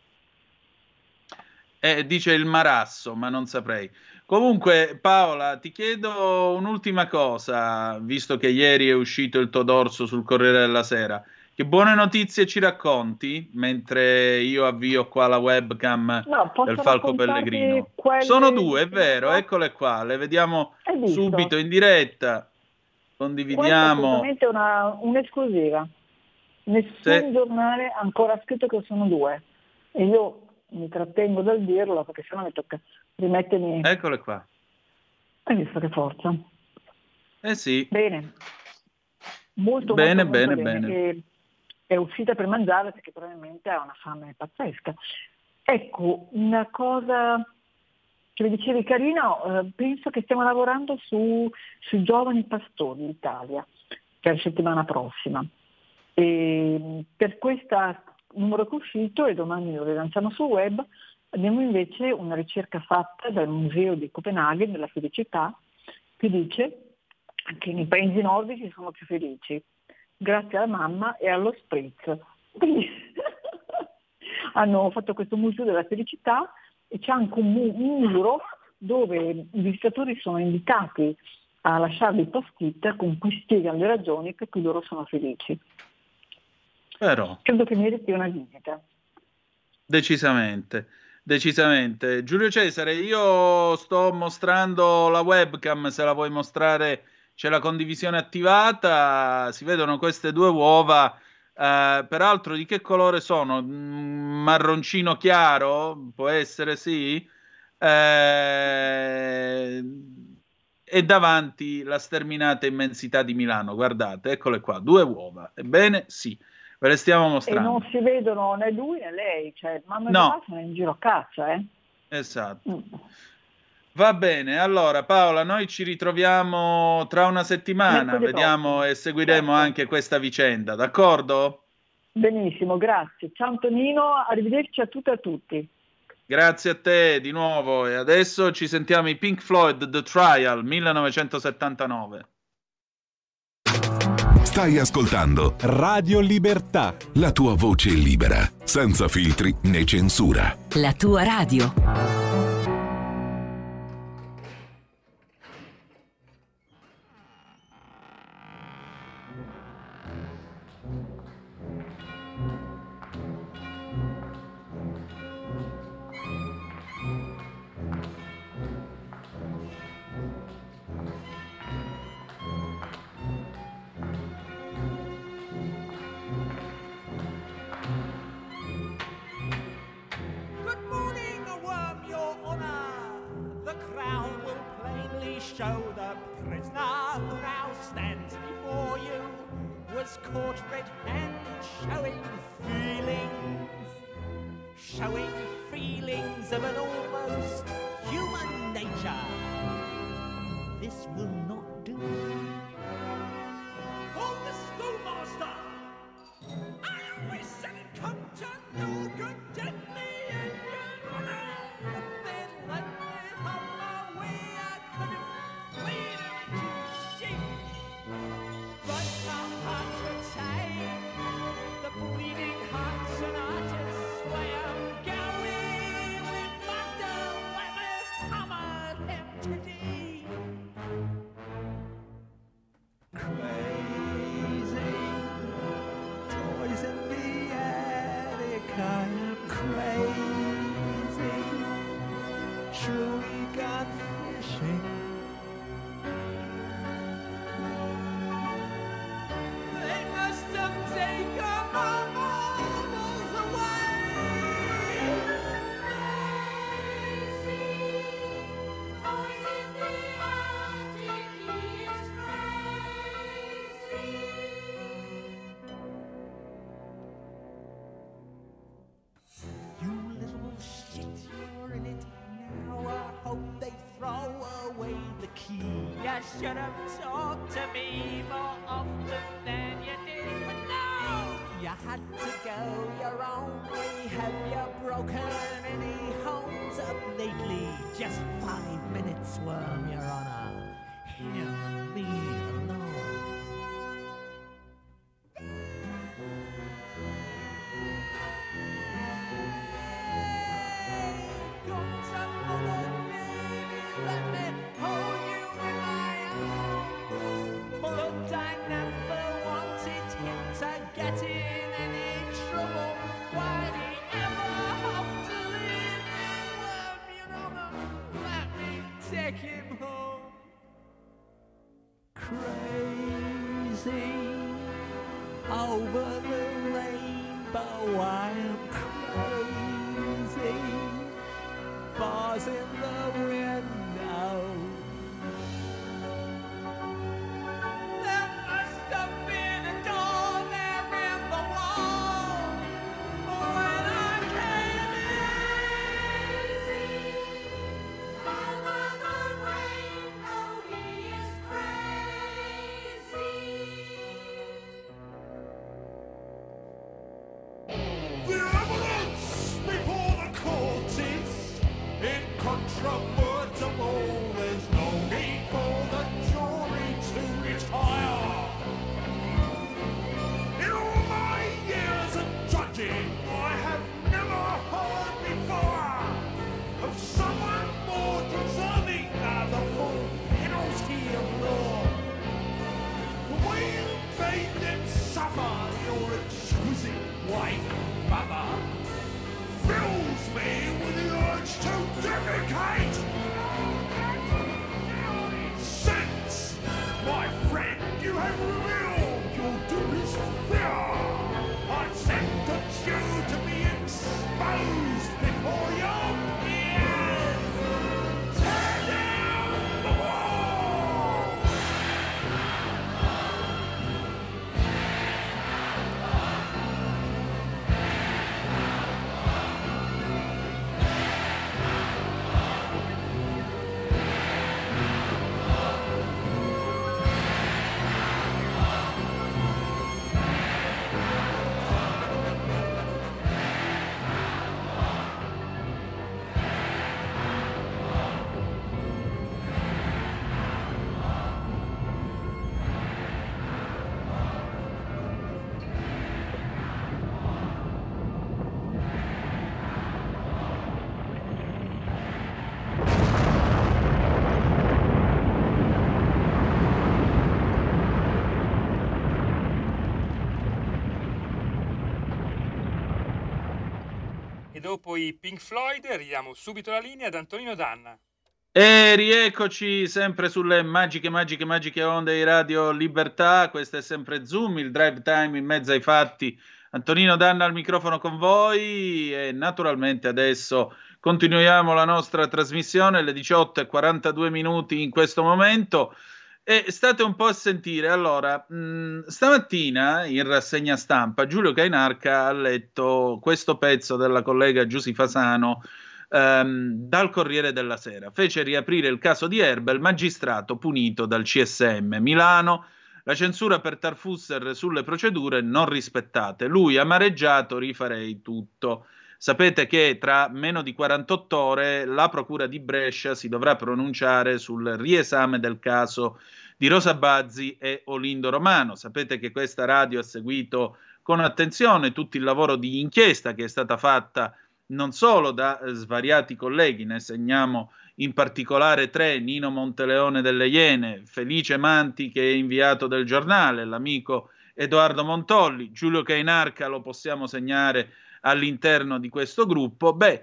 Eh, dice il marasso, ma non saprei. Comunque, Paola, ti chiedo un'ultima cosa, visto che ieri è uscito il tuo dorso sul Corriere della Sera. Che buone notizie ci racconti mentre io avvio qua la webcam No, posso del Falco raccontarti Pellegrino? quelle Sono due, è di- vero, eccole qua, le vediamo Hai visto? subito in diretta. Questa è Condividiamo. assolutamente una, un'esclusiva. Nessun Sì. giornale ha ancora scritto che sono due. E io mi trattengo dal dirlo perché sennò mi tocca rimettermi. Eccole qua. Hai visto che forza? Eh sì, Bene. Molto Bene, molto, molto bene, bene. bene. E è uscita per mangiare perché probabilmente ha una fame pazzesca. Ecco, una cosa che mi dicevi carino, eh, penso che stiamo lavorando su, sui giovani pastori d'Italia per la settimana prossima. E per questo numero che è uscito, e domani lo rilanciamo sul web, abbiamo invece una ricerca fatta dal Museo di Copenaghen della felicità che dice che nei paesi nordici sono più felici grazie alla mamma e allo spritz. Quindi hanno fatto questo museo della felicità e c'è anche un, mu- un muro dove i visitatori sono invitati a lasciare i post-it con cui spiegano le ragioni per cui loro sono felici. però. Credo che meriti una visita. Decisamente, decisamente. Giulio Cesare, io sto mostrando la webcam, se la vuoi mostrare, c'è la condivisione attivata, si vedono queste due uova, eh, peraltro di che colore sono? Mm, marroncino chiaro? Può essere, sì? Eh, e davanti la sterminata immensità di Milano, guardate, eccole qua, due uova, ebbene sì. Ve le stiamo E mostrando. non si vedono né lui né lei, cioè mamma e No. papà sono in giro a caccia, eh? Esatto. Mm. Va bene, allora Paola, noi ci ritroviamo tra una settimana, Mercoledì vediamo prossimo. e seguiremo Certo. anche questa vicenda, d'accordo? Benissimo, grazie. Ciao Antonino, arrivederci a tutte e a tutti. Grazie a te di nuovo e adesso ci sentiamo i Pink Floyd The Trial millenovecentosettantanove. Stai ascoltando Radio Libertà. la tua voce libera, senza filtri né censura. La tua radio. Show the prisoner who now stands before you was caught red-handed showing feelings, showing feelings of an almost human nature. This will not do. Call the schoolmaster! I always said it come to no good, dead me and your honor. Then let me have my way, I couldn't lead him to sheep. But our hearts were tied, the bleeding hearts and artists way I'm going. We must have let me hammer him today. Crazy, toys in the attic, I am crazy, truly gone fishing. They must have taken my marbles away. Crazy, toys in the attic, he is crazy. You little shit, you're in it now. I hope they throw away the key. You should have talked to me more often than you did, but no! You had to go your own way. Have you broken any homes up lately? Just five minutes, Worm, Your Honor. Hear me alone. Come to mother, baby, let me hold you in my arms. But I never wanted him to get in any trouble. Why'd he ever have to leave me? Worm, Your Honor, let me take him home. Crazy, over the rainbow I am crazy. Bars in the window. There must have been a door there in the wall when I came in. Over the rainbow he is crazy. The evidence before the court is incontrovertible. dopo i Pink Floyd ridiamo subito la linea ad Antonino Danna. E rieccoci sempre sulle magiche, magiche, magiche onde di Radio Libertà. Questo è sempre Zoom, il drive time in mezzo ai fatti. Antonino Danna al microfono con voi e naturalmente adesso continuiamo la nostra trasmissione alle diciotto e quarantadue minuti in questo momento. E state un po' a sentire. Allora, mh, stamattina in rassegna stampa Giulio Cainarca ha letto questo pezzo della collega Giusy Fasano ehm, dal Corriere della Sera. Fece riaprire il caso di Erba, il magistrato punito dal C S M. Milano, la censura per Tarfusser sulle procedure non rispettate. Lui amareggiato, rifarei tutto. Sapete che tra meno di quarantotto ore la Procura di Brescia si dovrà pronunciare sul riesame del caso di Rosa Bazzi e Olindo Romano. Sapete che questa radio ha seguito con attenzione tutto il lavoro di inchiesta che è stata fatta non solo da svariati colleghi, ne segniamo in particolare tre: Nino Monteleone delle Iene, Felice Manti che è inviato del Giornale, l'amico Edoardo Montolli, Giulio Cainarca lo possiamo segnare all'interno di questo gruppo. Beh,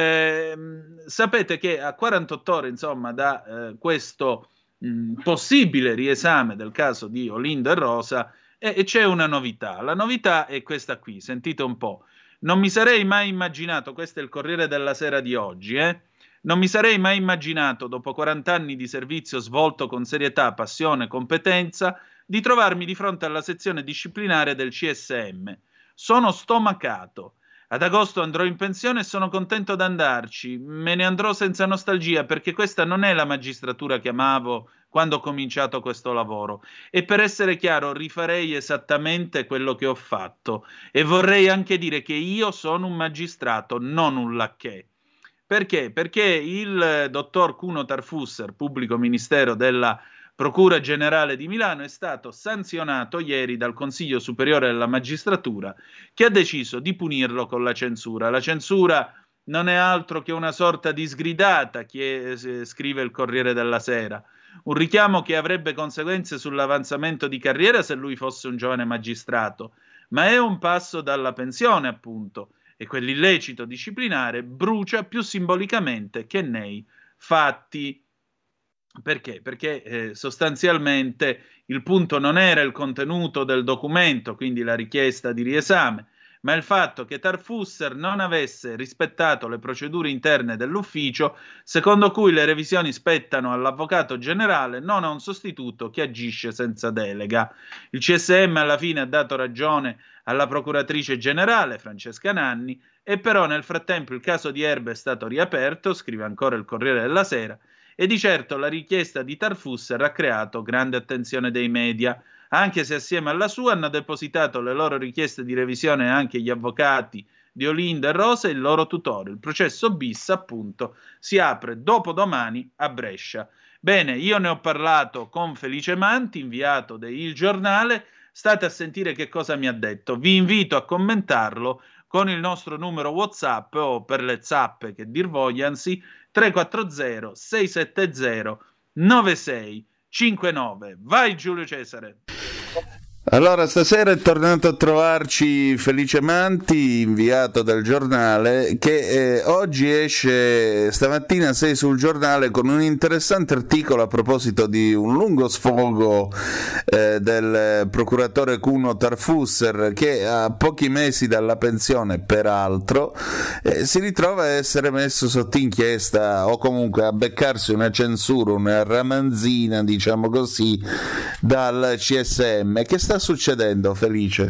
ehm, sapete che a quarantotto ore insomma da eh, questo mh, possibile riesame del caso di Olindo e Rosa e, e c'è una novità. La novità è questa qui, sentite un po'. Non mi sarei mai immaginato, questo è il Corriere della Sera di oggi, eh? Non mi sarei mai immaginato, dopo quaranta anni di servizio svolto con serietà, passione, competenza, di trovarmi di fronte alla sezione disciplinare del C S M. Sono stomacato. Ad agosto andrò in pensione e sono contento d'andarci. Me ne andrò senza nostalgia perché questa non è la magistratura che amavo quando ho cominciato questo lavoro. E per essere chiaro, rifarei esattamente quello che ho fatto. E vorrei anche dire che io sono un magistrato, non un lacchè. Perché? Perché il dottor Cuno Tarfusser, pubblico ministero della Procura Generale di Milano, è stato sanzionato ieri dal Consiglio Superiore della Magistratura, che ha deciso di punirlo con la censura. La censura non è altro che una sorta di sgridata, che scrive il Corriere della Sera, un richiamo che avrebbe conseguenze sull'avanzamento di carriera se lui fosse un giovane magistrato, ma è un passo dalla pensione, appunto, e quell'illecito disciplinare brucia più simbolicamente che nei fatti. Perché? Perché eh, sostanzialmente il punto non era il contenuto del documento, quindi la richiesta di riesame, ma il fatto che Tarfusser non avesse rispettato le procedure interne dell'ufficio, secondo cui le revisioni spettano all'avvocato generale, non a un sostituto che agisce senza delega. Il C S M alla fine ha dato ragione alla procuratrice generale, Francesca Nanni, e però nel frattempo il caso di Erba è stato riaperto, scrive ancora il Corriere della Sera, e di certo la richiesta di Tarfusser ha creato grande attenzione dei media, anche se assieme alla sua hanno depositato le loro richieste di revisione anche gli avvocati di Olindo e Rosa e il loro tutore. Il processo bis, appunto, si apre dopodomani a Brescia. Bene, io ne ho parlato con Felice Manti, inviato del Il Giornale, state a sentire che cosa mi ha detto. Vi invito a commentarlo con il nostro numero WhatsApp o per le zappe che dir vogliansi, tre quattro zero sei sette zero nove sei cinque nove. Vai Giulio Cesare. Allora, stasera è tornato a trovarci Felice Manti, inviato del Giornale, che eh, oggi esce, stamattina sei sul Giornale con un interessante articolo a proposito di un lungo sfogo eh, del procuratore Cuno Tarfusser, che a pochi mesi dalla pensione, peraltro, eh, si ritrova a essere messo sotto inchiesta o comunque a beccarsi una censura, una ramanzina, diciamo così, dal C S M. Che sta succedendo, Felice?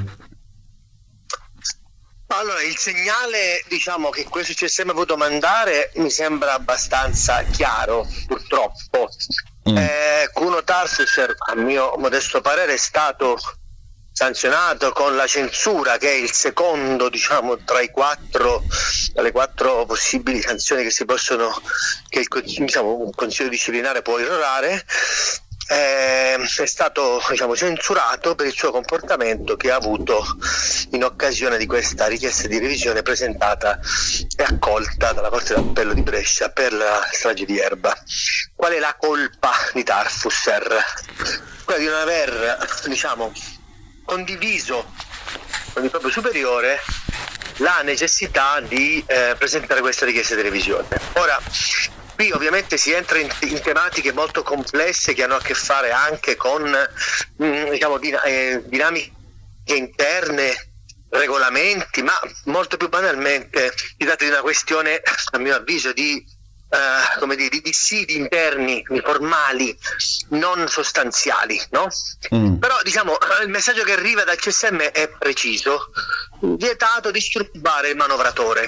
Allora, il segnale, diciamo, che questo C S M ha voluto mandare mi sembra abbastanza chiaro, purtroppo. Mm. Eh, Cuno Tarfusser, a mio modesto parere, è stato sanzionato con la censura, che è il secondo, diciamo, tra i quattro, le quattro possibili sanzioni che si possono, che il, diciamo, un consiglio disciplinare può irrorare. Eh, è stato, diciamo, censurato per il suo comportamento che ha avuto in occasione di questa richiesta di revisione presentata e accolta dalla Corte d'Appello di Brescia per la strage di Erba. Qual è la colpa di Tarfusser? Quella di non aver, diciamo, condiviso con il proprio superiore la necessità di eh, presentare questa richiesta di revisione. Ora, qui ovviamente si entra in, in tematiche molto complesse che hanno a che fare anche con mh, diciamo, din- eh, dinamiche interne, regolamenti, ma molto più banalmente si tratta di una questione, a mio avviso, di Uh, come dire, di dissidi interni formali, non sostanziali, no? Mm. Però diciamo il messaggio che arriva dal C S M è preciso: vietato disturbare il manovratore.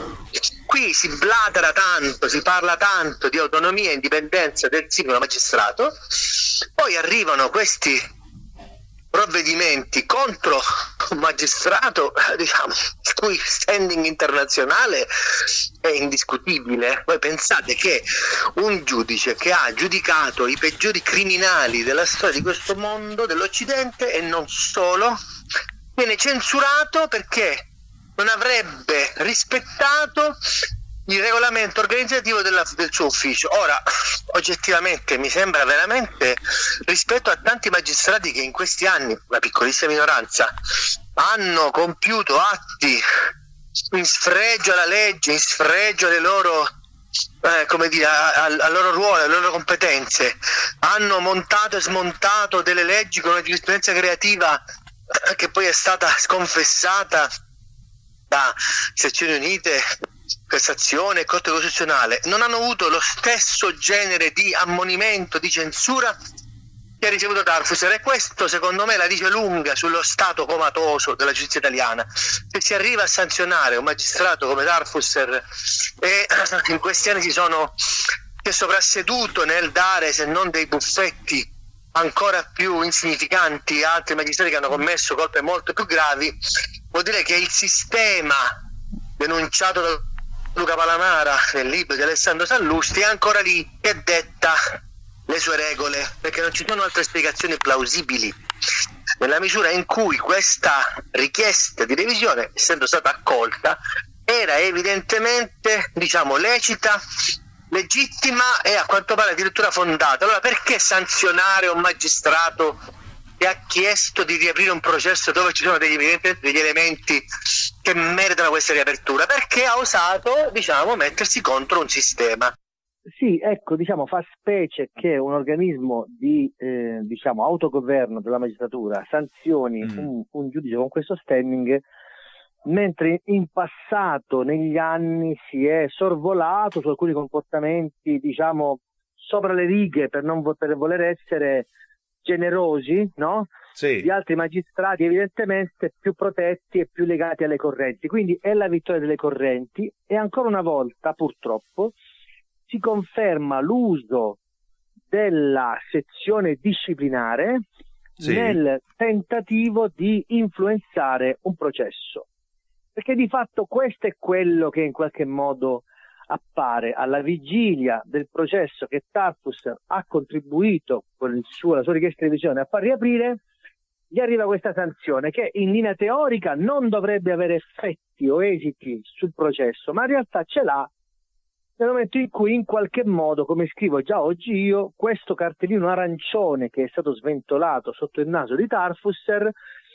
Qui si blatera tanto, si parla tanto di autonomia e indipendenza del singolo magistrato, poi arrivano questi provvedimenti contro un magistrato, diciamo, il cui standing internazionale è indiscutibile. Voi pensate che un giudice che ha giudicato i peggiori criminali della storia di questo mondo, dell'Occidente, e non solo, viene censurato perché non avrebbe rispettato il regolamento organizzativo della, del suo ufficio. Ora, oggettivamente mi sembra veramente, rispetto a tanti magistrati che in questi anni, una piccolissima minoranza, hanno compiuto atti in sfregio alla legge, in sfregio alle loro eh, come dire, al, al loro ruolo, alle loro competenze, hanno montato e smontato delle leggi con una giurisprudenza creativa che poi è stata sconfessata da sezioni unite, Cassazione e Corte Costituzionale, non hanno avuto lo stesso genere di ammonimento, di censura che ha ricevuto Tarfusser, e questo secondo me la dice lunga sullo stato comatoso della giustizia italiana. Se si arriva a sanzionare un magistrato come Tarfusser, e in questi anni si sono si è soprasseduto nel dare, se non dei buffetti ancora più insignificanti a altri magistrati che hanno commesso colpe molto più gravi, vuol dire che il sistema denunciato da Luca Palamara nel libro di Alessandro Sallusti è ancora lì e detta le sue regole, perché non ci sono altre spiegazioni plausibili, nella misura in cui questa richiesta di revisione, essendo stata accolta, era evidentemente, diciamo, lecita, legittima e a quanto pare addirittura fondata. Allora perché sanzionare un magistrato che ha chiesto di riaprire un processo dove ci sono degli, degli elementi che meritano questa riapertura? Perché ha osato, diciamo, mettersi contro un sistema. Sì, ecco, diciamo, fa specie che un organismo di eh, diciamo autogoverno della magistratura sanzioni mm. un, un giudice con questo standing, mentre in passato, negli anni, si è sorvolato su alcuni comportamenti, diciamo, sopra le righe, per non per voler essere generosi, no? Sì. Di altri magistrati evidentemente più protetti e più legati alle correnti. Quindi è la vittoria delle correnti, e ancora una volta, purtroppo, si conferma l'uso della sezione disciplinare sì. nel tentativo di influenzare un processo. Perché di fatto questo è quello che in qualche modo appare alla vigilia del processo che Tarfusser ha contribuito con il suo, la sua richiesta di revisione a far riaprire. Gli arriva questa sanzione che in linea teorica non dovrebbe avere effetti o esiti sul processo, ma in realtà ce l'ha nel momento in cui, in qualche modo, come scrivo già oggi io, questo cartellino arancione che è stato sventolato sotto il naso di Tarfusser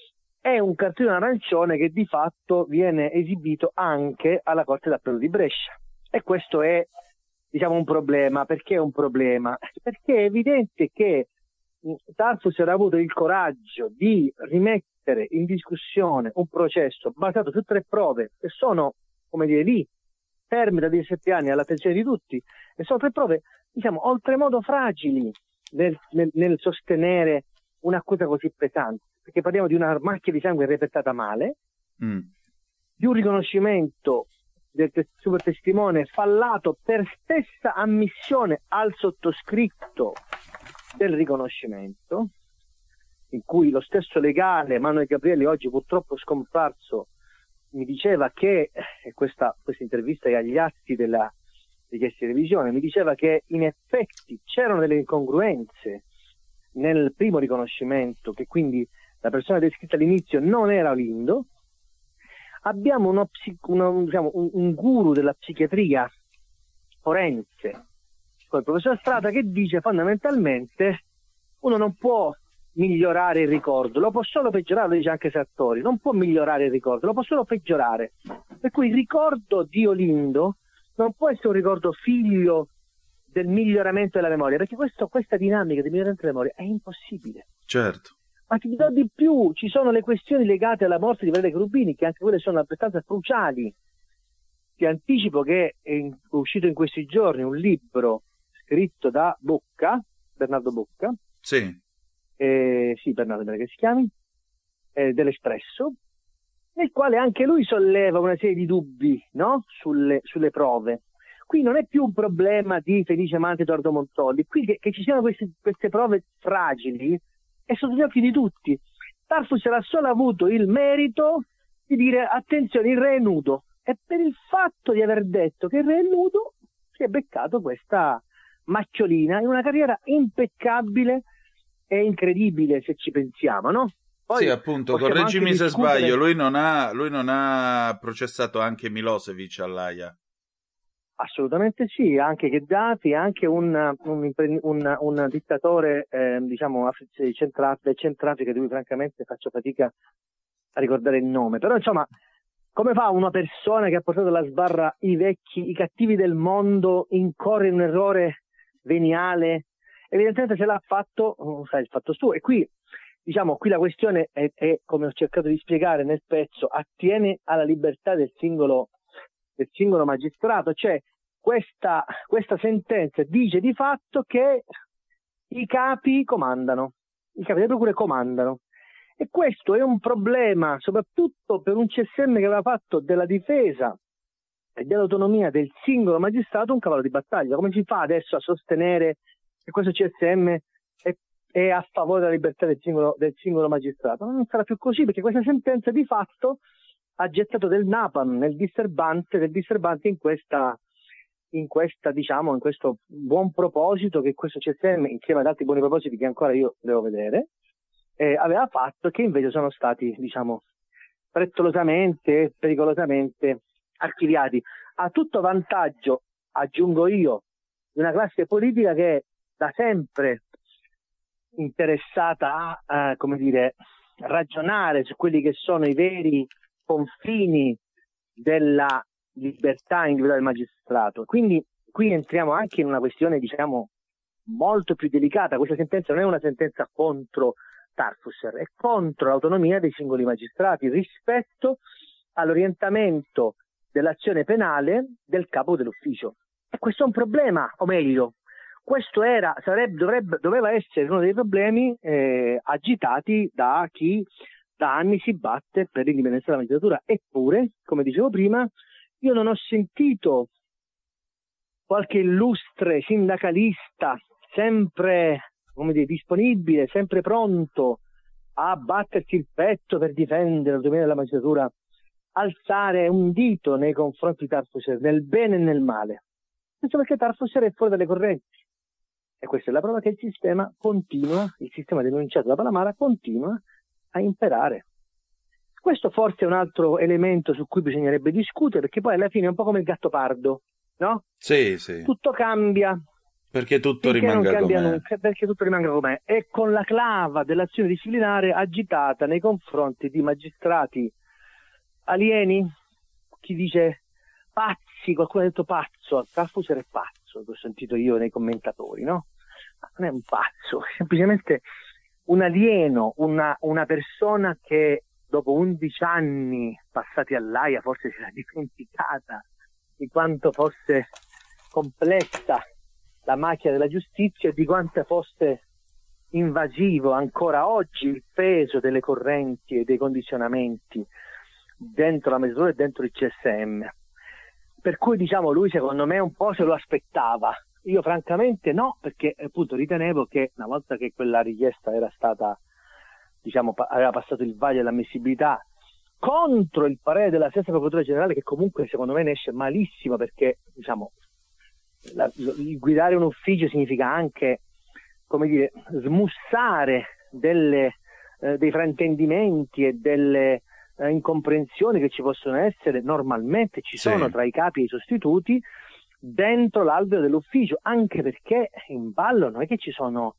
è un cartellino arancione che di fatto viene esibito anche alla Corte d'Appello di Brescia. E questo è, diciamo, un problema. Perché è un problema? Perché è evidente che Tarfusser ha avuto il coraggio di rimettere in discussione un processo basato su tre prove che sono, come dire, lì, fermi da diciassette anni all'attenzione di tutti, e sono tre prove, diciamo, oltremodo fragili nel, nel, nel sostenere un'accusa così pesante, perché parliamo di una macchia di sangue repertata male, mm. di un riconoscimento del super testimone fallato per stessa ammissione al sottoscritto del riconoscimento, in cui lo stesso legale Manuel Gabrielli, oggi purtroppo scomparso, mi diceva che, e questa, questa intervista è agli atti della richiesta di revisione, mi diceva che in effetti c'erano delle incongruenze nel primo riconoscimento, che quindi la persona descritta all'inizio non era Lindo. Abbiamo uno, uno, diciamo, un, un guru della psichiatria forense, il professor Strata, che dice fondamentalmente uno non può migliorare il ricordo, lo può solo peggiorare, lo dice anche Sartori, non può migliorare il ricordo, lo può solo peggiorare. Per cui il ricordo di Olindo non può essere un ricordo figlio del miglioramento della memoria, perché questo, questa dinamica di miglioramento della memoria è impossibile. Certo. Ma ti dirò di più, ci sono le questioni legate alla morte di Valerio Cherubini, che anche quelle sono abbastanza cruciali. Ti anticipo che è uscito in questi giorni un libro scritto da Bocca, Bernardo Bocca, sì, eh, sì Bernardo, come si chiami, eh, dell'Espresso, nel quale anche lui solleva una serie di dubbi, no? sulle, sulle prove. Qui non è più un problema di Felice Amante Edoardo Montolli, qui che, che ci siano queste, queste prove fragili è sotto gli occhi di tutti. Tarfus ha solo avuto il merito di dire attenzione, il re è nudo, e per il fatto di aver detto che il re è nudo si è beccato questa macchiolina in una carriera impeccabile e incredibile, se ci pensiamo, no? Poi sì, appunto, correggimi se discutere... sbaglio, lui non ha lui non ha processato anche Milosevic all'Aia. Assolutamente sì, anche Gheddafi, anche un, un, un, un dittatore eh, diciamo del Centrafrica di cui francamente faccio fatica a ricordare il nome, però insomma, come fa una persona che ha portato alla sbarra i vecchi, i cattivi del mondo, incorre in un errore veniale? Evidentemente se l'ha fatto, non sai il fatto suo. E qui, diciamo, qui la questione è, è, come ho cercato di spiegare nel pezzo, attiene alla libertà del singolo del singolo magistrato, cioè questa, questa sentenza dice di fatto che i capi comandano, i capi delle procure comandano, e questo è un problema soprattutto per un C S M che aveva fatto della difesa e dell'autonomia del singolo magistrato un cavallo di battaglia. Come si fa adesso a sostenere che questo C S M è, è a favore della libertà del singolo, del singolo magistrato? Non sarà più così, perché questa sentenza di fatto ha gettato del napalm nel disturbante, del disturbante in questa, in questa, diciamo, in questo buon proposito che questo C S M, insieme ad altri buoni propositi che ancora io devo vedere, eh, aveva fatto, che invece sono stati, diciamo, frettolosamente e pericolosamente archiviati. A tutto vantaggio, aggiungo io, di una classe politica che è da sempre interessata a, eh, come dire, ragionare su quelli che sono i veri confini della libertà individuale del magistrato. Quindi qui entriamo anche in una questione, diciamo, molto più delicata. Questa sentenza non è una sentenza contro Tarfusser, è contro l'autonomia dei singoli magistrati rispetto all'orientamento dell'azione penale del capo dell'ufficio. E questo è un problema, o meglio, questo era, sarebbe, dovrebbe, doveva essere uno dei problemi eh, agitati da chi da anni si batte per l'indipendenza della magistratura. Eppure, come dicevo prima, io non ho sentito qualche illustre sindacalista sempre, come dire, disponibile, sempre pronto a battersi il petto per difendere l'autonomia della magistratura, alzare un dito nei confronti di Tarfusser, nel bene e nel male. Questo perché Tarfusser è fuori dalle correnti. E questa è la prova che il sistema continua, il sistema denunciato da Palamara continua a imperare. Questo forse è un altro elemento su cui bisognerebbe discutere, perché poi alla fine è un po' come il Gattopardo, no? Sì, sì. Tutto cambia. Perché tutto rimanga com'è. Nunca, perché tutto rimanga com'è. E con la clava dell'azione disciplinare agitata nei confronti di magistrati alieni, chi dice pazzi, qualcuno ha detto pazzo, Tarfusser è pazzo, l'ho sentito io nei commentatori, no? Ma non è un pazzo, è semplicemente un alieno, una, una persona che dopo undici anni passati all'Aia forse si era dimenticata di quanto fosse complessa la macchina della giustizia e di quanto fosse invasivo ancora oggi il peso delle correnti e dei condizionamenti dentro la magistratura e dentro il C S M. Per cui, diciamo, lui secondo me un po' se lo aspettava. Io francamente no, perché appunto ritenevo che una volta che quella richiesta era stata, diciamo, aveva passato il vaglio dell'ammissibilità contro il parere della stessa Procuratura Generale, che comunque secondo me ne esce malissimo, perché, diciamo, la, il guidare un ufficio significa anche, come dire, smussare delle, eh, dei fraintendimenti e delle eh, incomprensioni che ci possono essere normalmente, ci Sì. sono tra i capi e i sostituti dentro l'alveo dell'ufficio, anche perché in ballo non è che ci sono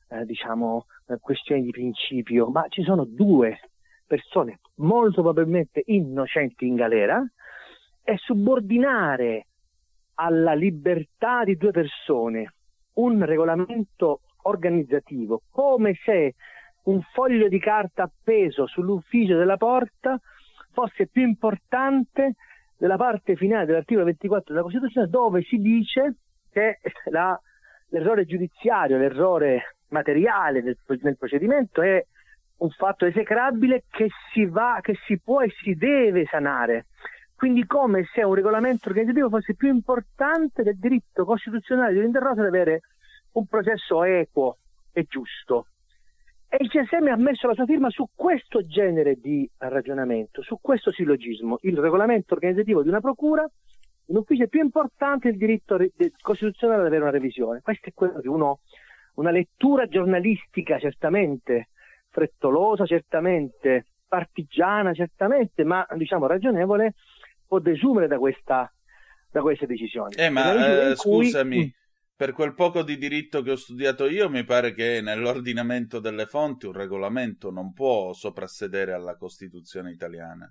eh, diciamo, eh, questioni di principio, ma ci sono due persone molto probabilmente innocenti in galera, e subordinare alla libertà di due persone un regolamento organizzativo come se un foglio di carta appeso sull'ufficio della porta fosse più importante della parte finale dell'articolo ventiquattro della Costituzione, dove si dice che la, l'errore giudiziario, l'errore materiale del, nel procedimento è un fatto esecrabile che si va, che si può e si deve sanare. Quindi come se un regolamento organizzativo fosse più importante del diritto costituzionale di interrotta ad avere un processo equo e giusto. E il C S M ha messo la sua firma su questo genere di ragionamento, su questo sillogismo. Il regolamento organizzativo di una procura, un ufficio più importante del diritto costituzionale ad avere una revisione. Questo è quello che uno, una lettura giornalistica certamente frettolosa, certamente partigiana, certamente, ma diciamo ragionevole, può desumere da questa, da queste decisioni. Eh, ma eh, cui... scusami, per quel poco di diritto che ho studiato io, mi pare che nell'ordinamento delle fonti un regolamento non può soprassedere alla Costituzione italiana.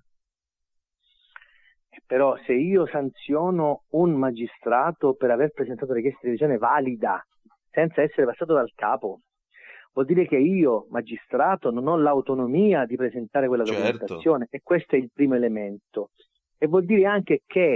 Però se io sanziono un magistrato per aver presentato richiesta di revisione valida, senza essere passato dal capo, vuol dire che io, magistrato, non ho l'autonomia di presentare quella documentazione, certo. E questo è il primo elemento. E vuol dire anche che,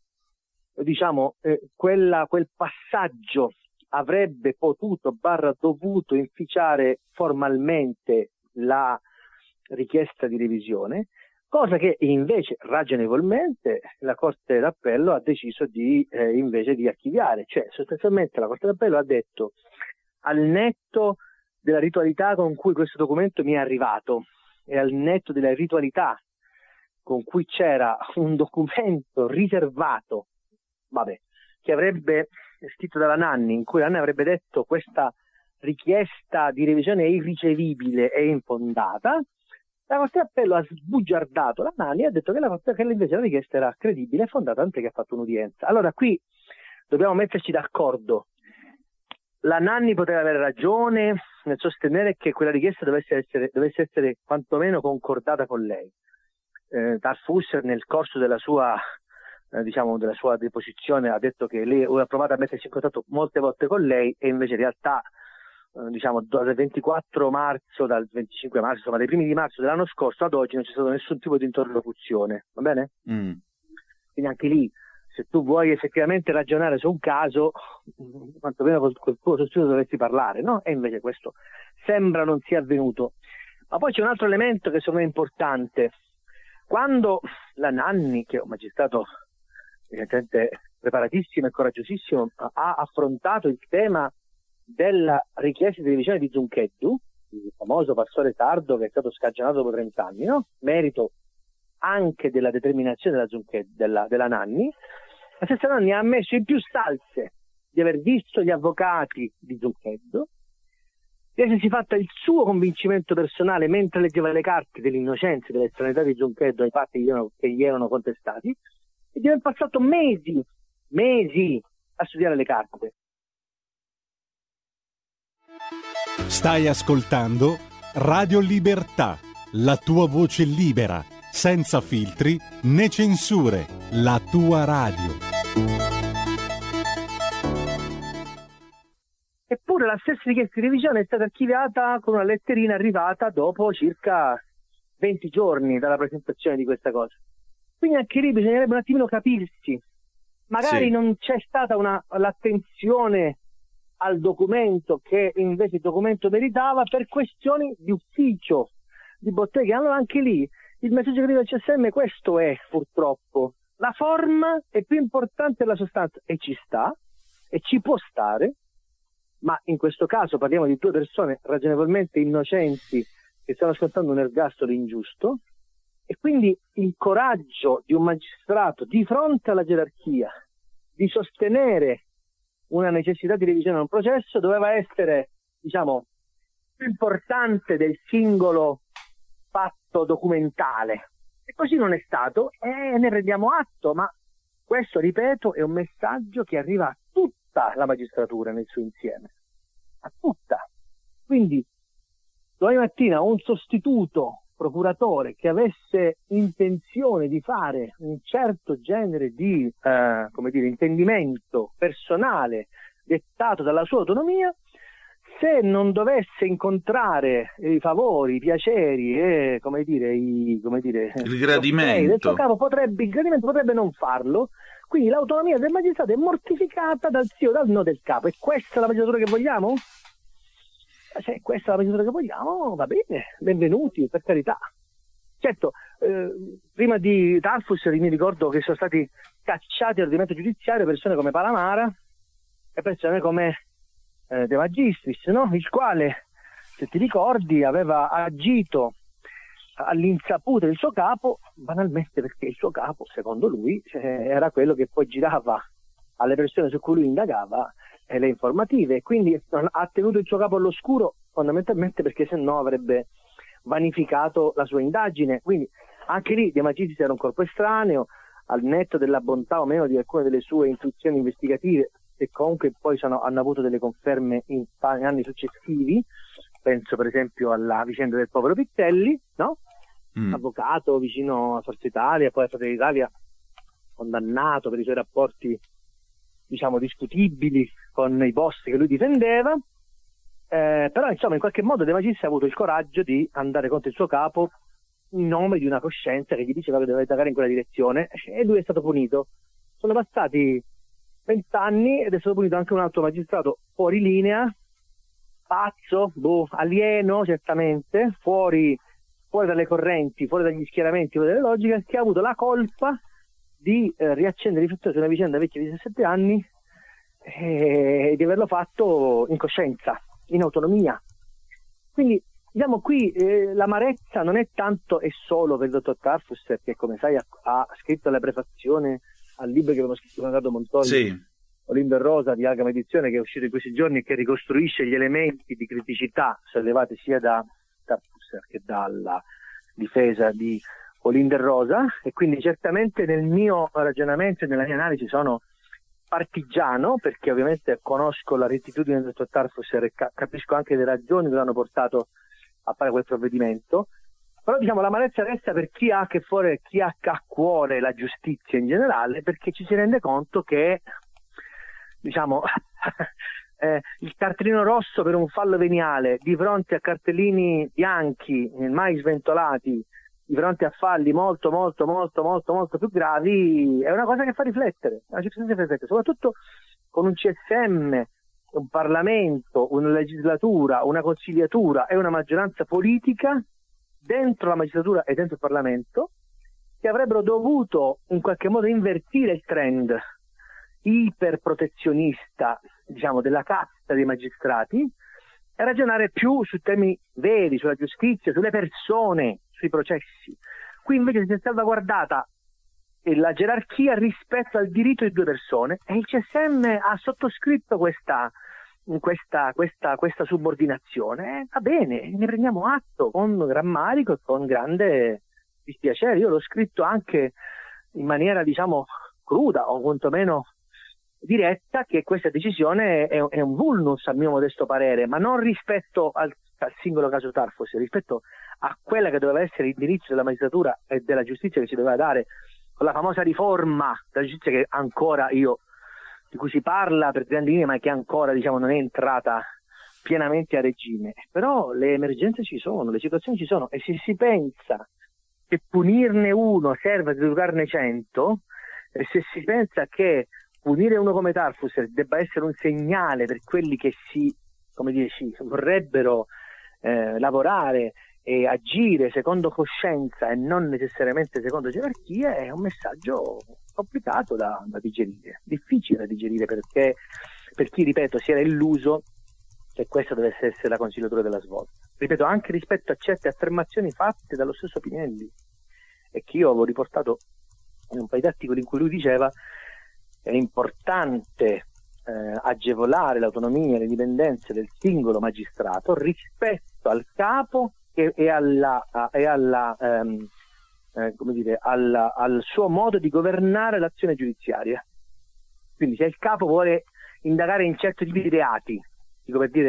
diciamo, eh, quella, quel passaggio avrebbe potuto, barra dovuto, inficiare formalmente la richiesta di revisione, cosa che invece ragionevolmente la Corte d'Appello ha deciso di eh, invece di archiviare. Cioè, sostanzialmente la Corte d'Appello ha detto, al netto della ritualità con cui questo documento mi è arrivato e al netto della ritualità con cui c'era un documento riservato, vabbè, che avrebbe scritto dalla Nanni, in cui la Nanni avrebbe detto questa richiesta di revisione è irricevibile e infondata, la Corte d'Appello ha sbugiardato la Nanni e ha detto che, la, che invece la richiesta era credibile e fondata, tant'è che ha fatto un'udienza. Allora qui dobbiamo metterci d'accordo. La Nanni poteva avere ragione nel sostenere che quella richiesta dovesse essere, dovesse essere quantomeno concordata con lei. Eh, Tarfusser nel corso della sua, eh, diciamo, della sua deposizione ha detto che lei aveva provato a mettersi in contatto molte volte con lei e invece in realtà eh, diciamo dal ventiquattro marzo, dal venticinque marzo, insomma dai primi di marzo dell'anno scorso ad oggi non c'è stato nessun tipo di interlocuzione, va bene? Mm. Quindi anche lì, se tu vuoi effettivamente ragionare su un caso, quantomeno col, col tuo sostituto dovresti parlare, no? E invece questo sembra non sia avvenuto. Ma poi c'è un altro elemento che secondo me è importante. Quando la Nanni, che è un magistrato evidentemente preparatissimo e coraggiosissimo, ha affrontato il tema della richiesta di revisione di Zuncheddu, il famoso pastore sardo che è stato scagionato dopo trent'anni, no? Merito anche della determinazione della, Zuncheddu, della, della Nanni, la stessa Nanni ha ammesso in più salse di aver visto gli avvocati di Zuncheddu, di essersi fatta il suo convincimento personale mentre leggeva le carte dell'innocenza e dell'estranità di Zuncheddu ai fatti che gli, erano, che gli erano contestati, e di aver passato mesi, mesi a studiare le carte. Stai ascoltando Radio Libertà, la tua voce libera, senza filtri né censure, la tua radio. Eppure la stessa richiesta di revisione è stata archiviata con una letterina arrivata dopo circa venti giorni dalla presentazione di questa cosa. Quindi anche lì bisognerebbe un attimino capirsi. Magari sì. Non c'è stata una, l'attenzione al documento che invece il documento meritava per questioni di ufficio, di bottega. Allora anche lì il messaggio che arriva dal C S M questo è, purtroppo. La forma è più importante della sostanza e ci sta, e ci può stare, ma in questo caso parliamo di due persone ragionevolmente innocenti che stanno scontando un ergastolo ingiusto, e quindi il coraggio di un magistrato di fronte alla gerarchia di sostenere una necessità di revisione di un processo doveva essere, diciamo, più importante del singolo fatto documentale. E così non è stato e ne prendiamo atto, ma questo, ripeto, è un messaggio che arriva a tutta la magistratura nel suo insieme, a tutta, Quindi domani mattina un sostituto procuratore che avesse intenzione di fare un certo genere di eh, come dire, intendimento personale dettato dalla sua autonomia, se non dovesse incontrare i favori, i piaceri e come dire, i, come dire, il gradimento del suo capo, potrebbe, il gradimento potrebbe non farlo. Quindi l'autonomia del magistrato è mortificata dal sì o dal no del capo. E questa è la magistratura che vogliamo? Se questa è la magistratura che vogliamo, va bene, benvenuti, per carità. Certo, eh, prima di Tarfus mi ricordo che sono stati cacciati dall'ordinamento giudiziario persone come Palamara e persone come eh, De Magistris, no? Il quale, se ti ricordi, aveva agito all'insaputa del suo capo, banalmente perché il suo capo, secondo lui, eh, era quello che poi girava alle persone su cui lui indagava e le informative, e quindi ha tenuto il suo capo all'oscuro fondamentalmente perché se no avrebbe vanificato la sua indagine. Quindi anche lì De Magistris era un corpo estraneo, al netto della bontà o meno di alcune delle sue intuizioni investigative, che comunque poi sono, hanno avuto delle conferme in, in anni successivi. Penso per esempio alla vicenda del povero Pittelli, no? Mm. Avvocato vicino a Forza Italia, poi a Fratelli d'Italia, condannato per i suoi rapporti, diciamo, discutibili con i boss che lui difendeva. Eh, però insomma in qualche modo De Magistris ha avuto il coraggio di andare contro il suo capo in nome di una coscienza che gli diceva che doveva andare in quella direzione, e lui è stato punito. Sono passati vent'anni ed è stato punito anche un altro magistrato fuori linea, pazzo, boh, alieno certamente, fuori, fuori dalle correnti, fuori dagli schieramenti, fuori dalle logiche, che ha avuto la colpa di eh, riaccendere i riflettori su una vicenda vecchia di diciassette anni e di averlo fatto in coscienza, in autonomia. Quindi diciamo qui eh, l'amarezza non è tanto e solo per il dottor Tarfus, che come sai ha, ha scritto la prefazione al libro che abbiamo scritto con Riccardo Montoli, sì. Olimbo e Rosa di Algama Edizione, che è uscito in questi giorni e che ricostruisce gli elementi di criticità sollevati sia da Tarfus che dalla difesa di Olimbo e Rosa, e quindi certamente nel mio ragionamento e nella mia analisi sono partigiano, perché ovviamente conosco la rettitudine del dottor Tarfus e capisco anche le ragioni che l'hanno portato a fare quel provvedimento. Però diciamo l'amarezza resta per chi ha a che fare, chi ha a cuore la giustizia in generale, perché ci si rende conto che diciamo eh, il cartellino rosso per un fallo veniale di fronte a cartellini bianchi mai sventolati di fronte a falli molto molto molto molto molto più gravi è una cosa che fa riflettere, una cosa che fa riflettere, soprattutto con un C S M, un Parlamento, una legislatura, una consigliatura e una maggioranza politica dentro la magistratura e dentro il Parlamento, che avrebbero dovuto in qualche modo invertire il trend iperprotezionista, diciamo, della casta dei magistrati e ragionare più su temi veri, sulla giustizia, sulle persone, sui processi. Qui invece si è salvaguardata la gerarchia rispetto al diritto di due persone e il C S M ha sottoscritto questa Questa, questa, questa subordinazione. Eh, va bene, ne prendiamo atto con rammarico e con grande dispiacere. Io l'ho scritto anche in maniera diciamo cruda o quantomeno diretta che questa decisione è, è un vulnus a mio modesto parere, ma non rispetto al, al singolo caso Tarfus, rispetto a quella che doveva essere l'indirizzo della magistratura e della giustizia che si doveva dare con la famosa riforma della giustizia che ancora io di cui si parla per grandi linee ma che ancora diciamo non è entrata pienamente a regime. Però le emergenze ci sono, le situazioni ci sono, e se si pensa che punirne uno serve ad educarne cento, e se si pensa che punire uno come Tarfus debba essere un segnale per quelli che si, come dire, ci vorrebbero eh, lavorare e agire secondo coscienza e non necessariamente secondo gerarchie, è un messaggio complicato da, da digerire, difficile da digerire perché per chi, ripeto, si era illuso che questa dovesse essere la consigliatura della svolta. Ripeto, anche rispetto a certe affermazioni fatte dallo stesso Pinelli e che io avevo riportato in un paio di articoli in cui lui diceva è importante eh, agevolare l'autonomia e l'indipendenza del singolo magistrato rispetto al capo e, e alla, a, e alla ehm, eh, come dire, alla, al suo modo di governare l'azione giudiziaria. Quindi se il capo vuole indagare in certi tipi di reati, dico per dire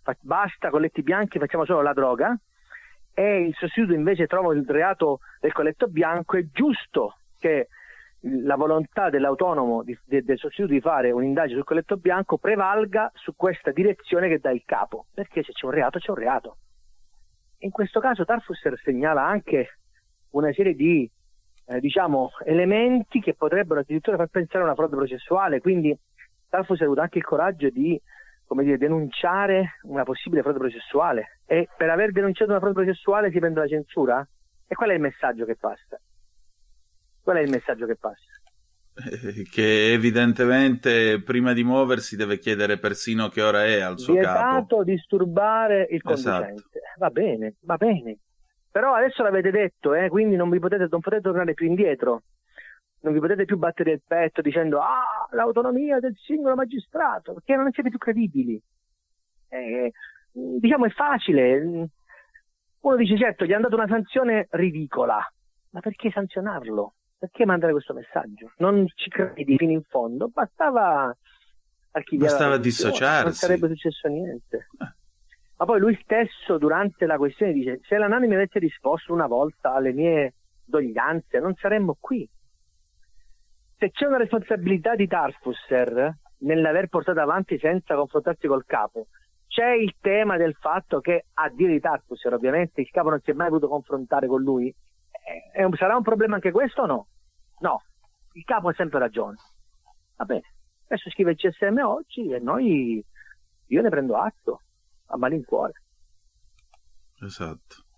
basta colletti bianchi, facciamo solo la droga, e il sostituto invece trova il reato del colletto bianco, è giusto che la volontà dell'autonomo di, de, del sostituto di fare un'indagine sul colletto bianco prevalga su questa direzione che dà il capo, perché se c'è un reato c'è un reato. In questo caso Tarfusser segnala anche una serie di eh, diciamo elementi che potrebbero addirittura far pensare a una frode processuale, quindi Tarfusser ha avuto anche il coraggio di, come dire, denunciare una possibile frode processuale, e per aver denunciato una frode processuale si prende la censura? E qual è il messaggio che passa? Qual è il messaggio che passa? Che evidentemente prima di muoversi deve chiedere persino che ora è al suo Vietato capo. Vietato disturbare il conducente. Esatto. Va bene, va bene. Però adesso l'avete detto, eh, quindi non vi potete, non potete tornare più indietro. Non vi potete più battere il petto dicendo ah, l'autonomia del singolo magistrato, perché non siete più credibili. Eh, diciamo è facile. Uno dice certo, gli hanno dato una sanzione ridicola, ma perché sanzionarlo? Perché mandare questo messaggio? Non ci credi fino in fondo, bastava archiviare, bastava dissociarsi, non sarebbe successo niente. Ma poi lui stesso durante la questione dice se la Nani mi avesse risposto una volta alle mie doglianze non saremmo qui. Se c'è una responsabilità di Tarfusser nell'aver portato avanti senza confrontarsi col capo, c'è il tema del fatto che, a dire di Tarfusser ovviamente, il capo non si è mai voluto confrontare con lui. È un, sarà un problema anche questo o no? No, il capo ha sempre ragione. Va bene, adesso scrive il C S M oggi e noi, io ne prendo atto a malincuore. Esatto.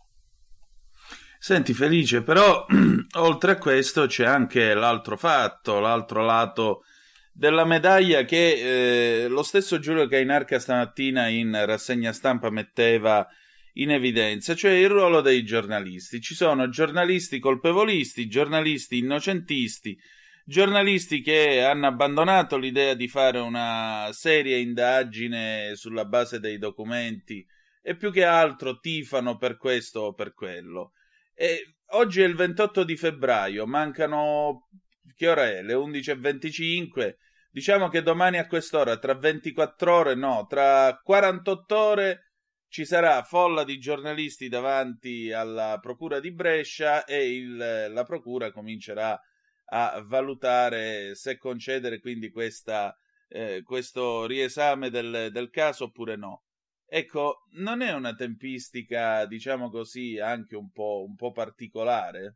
Senti Felice, però oltre a questo c'è anche l'altro fatto, l'altro lato della medaglia che eh, lo stesso Giulio Cainarca stamattina in rassegna stampa metteva in evidenza, cioè il ruolo dei giornalisti. Ci sono giornalisti colpevolisti, giornalisti innocentisti, giornalisti che hanno abbandonato l'idea di fare una seria indagine sulla base dei documenti e più che altro tifano per questo o per quello. E oggi è il ventotto di febbraio, mancano, che ora è? Le undici e venticinque. Diciamo che domani a quest'ora, tra ventiquattro ore, no, tra quarantotto ore ci sarà folla di giornalisti davanti alla procura di Brescia e il, la procura comincerà a valutare se concedere quindi questa, eh, questo riesame del, del caso oppure no. Ecco, non è una tempistica, diciamo così, anche un po', un po' particolare?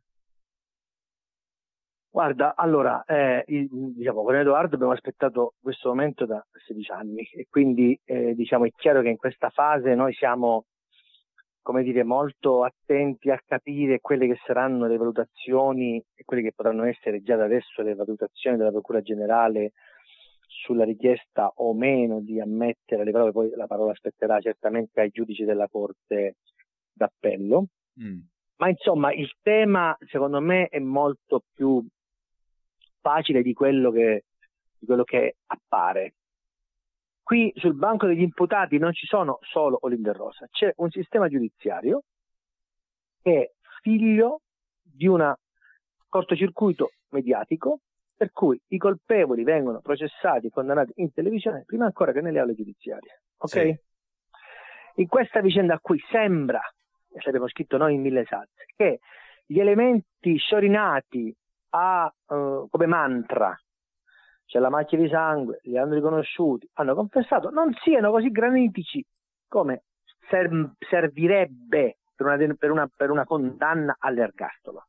Guarda, allora, eh, il, diciamo, con Edoardo abbiamo aspettato questo momento da sedici anni e quindi eh, diciamo è chiaro che in questa fase noi siamo, come dire, molto attenti a capire quelle che saranno le valutazioni e quelle che potranno essere già da adesso le valutazioni della Procura Generale sulla richiesta o meno di ammettere le prove. Poi la parola spetterà certamente ai giudici della Corte d'Appello. Mm. Ma insomma il tema secondo me è molto più facile di quello che, di quello che appare. Qui sul banco degli imputati non ci sono solo Olindo e Rosa, c'è un sistema giudiziario che è figlio di un cortocircuito mediatico per cui i colpevoli vengono processati e condannati in televisione prima ancora che nelle aule giudiziarie. Ok? Sì. In questa vicenda qui sembra, e l'abbiamo scritto noi in mille salse, che gli elementi sciorinati a, uh, come mantra, cioè la macchia di sangue, li hanno riconosciuti, hanno confessato, non siano così granitici come ser- servirebbe per una, per, una, per una condanna all'ergastolo.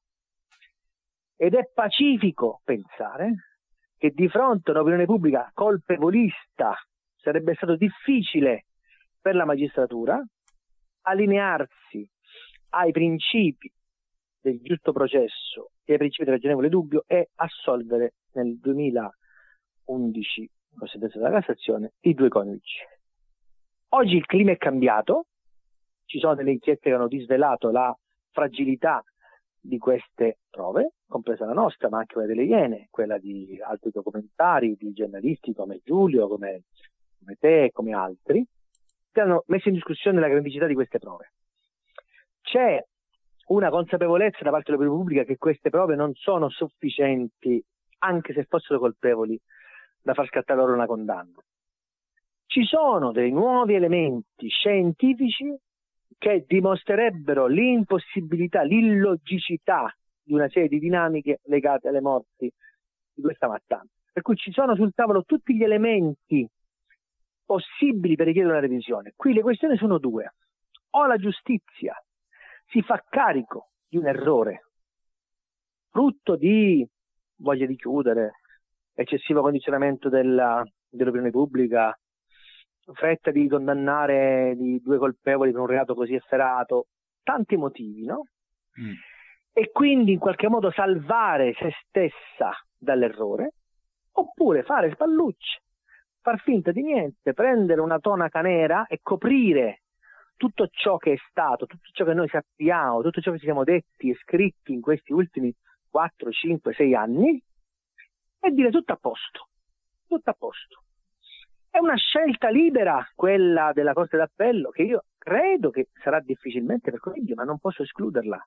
Ed è pacifico pensare che di fronte a un'opinione pubblica colpevolista sarebbe stato difficile per la magistratura allinearsi ai principi del giusto processo e ai principi del ragionevole dubbio e assolvere nel duemilaundici, con sentenza della Cassazione, i due coniugi. Oggi il clima è cambiato, ci sono delle inchieste che hanno disvelato la fragilità di queste prove, compresa la nostra, ma anche quella delle Iene, quella di altri documentari, di giornalisti come Giulio, come, come te, come altri, che hanno messo in discussione la grandicità di queste prove. C'è una consapevolezza da parte dell'opinione pubblica che queste prove non sono sufficienti, anche se fossero colpevoli, da far scattare loro una condanna. Ci sono dei nuovi elementi scientifici che dimostrerebbero l'impossibilità, l'illogicità di una serie di dinamiche legate alle morti di questa mattanza. Per cui ci sono sul tavolo tutti gli elementi possibili per richiedere una revisione. Qui le questioni sono due. O la giustizia si fa carico di un errore, frutto di voglia di chiudere, eccessivo condizionamento della, dell'opinione pubblica, fretta di condannare di due colpevoli per un reato così efferato, tanti motivi, no? Mm. E quindi in qualche modo salvare se stessa dall'errore, oppure fare spallucce, far finta di niente, prendere una tonaca nera e coprire tutto ciò che è stato, tutto ciò che noi sappiamo, tutto ciò che ci siamo detti e scritti in questi ultimi quattro, cinque, sei anni e dire tutto a posto, tutto a posto. È una scelta libera quella della Corte d'Appello che io credo che sarà difficilmente percorribile, ma non posso escluderla.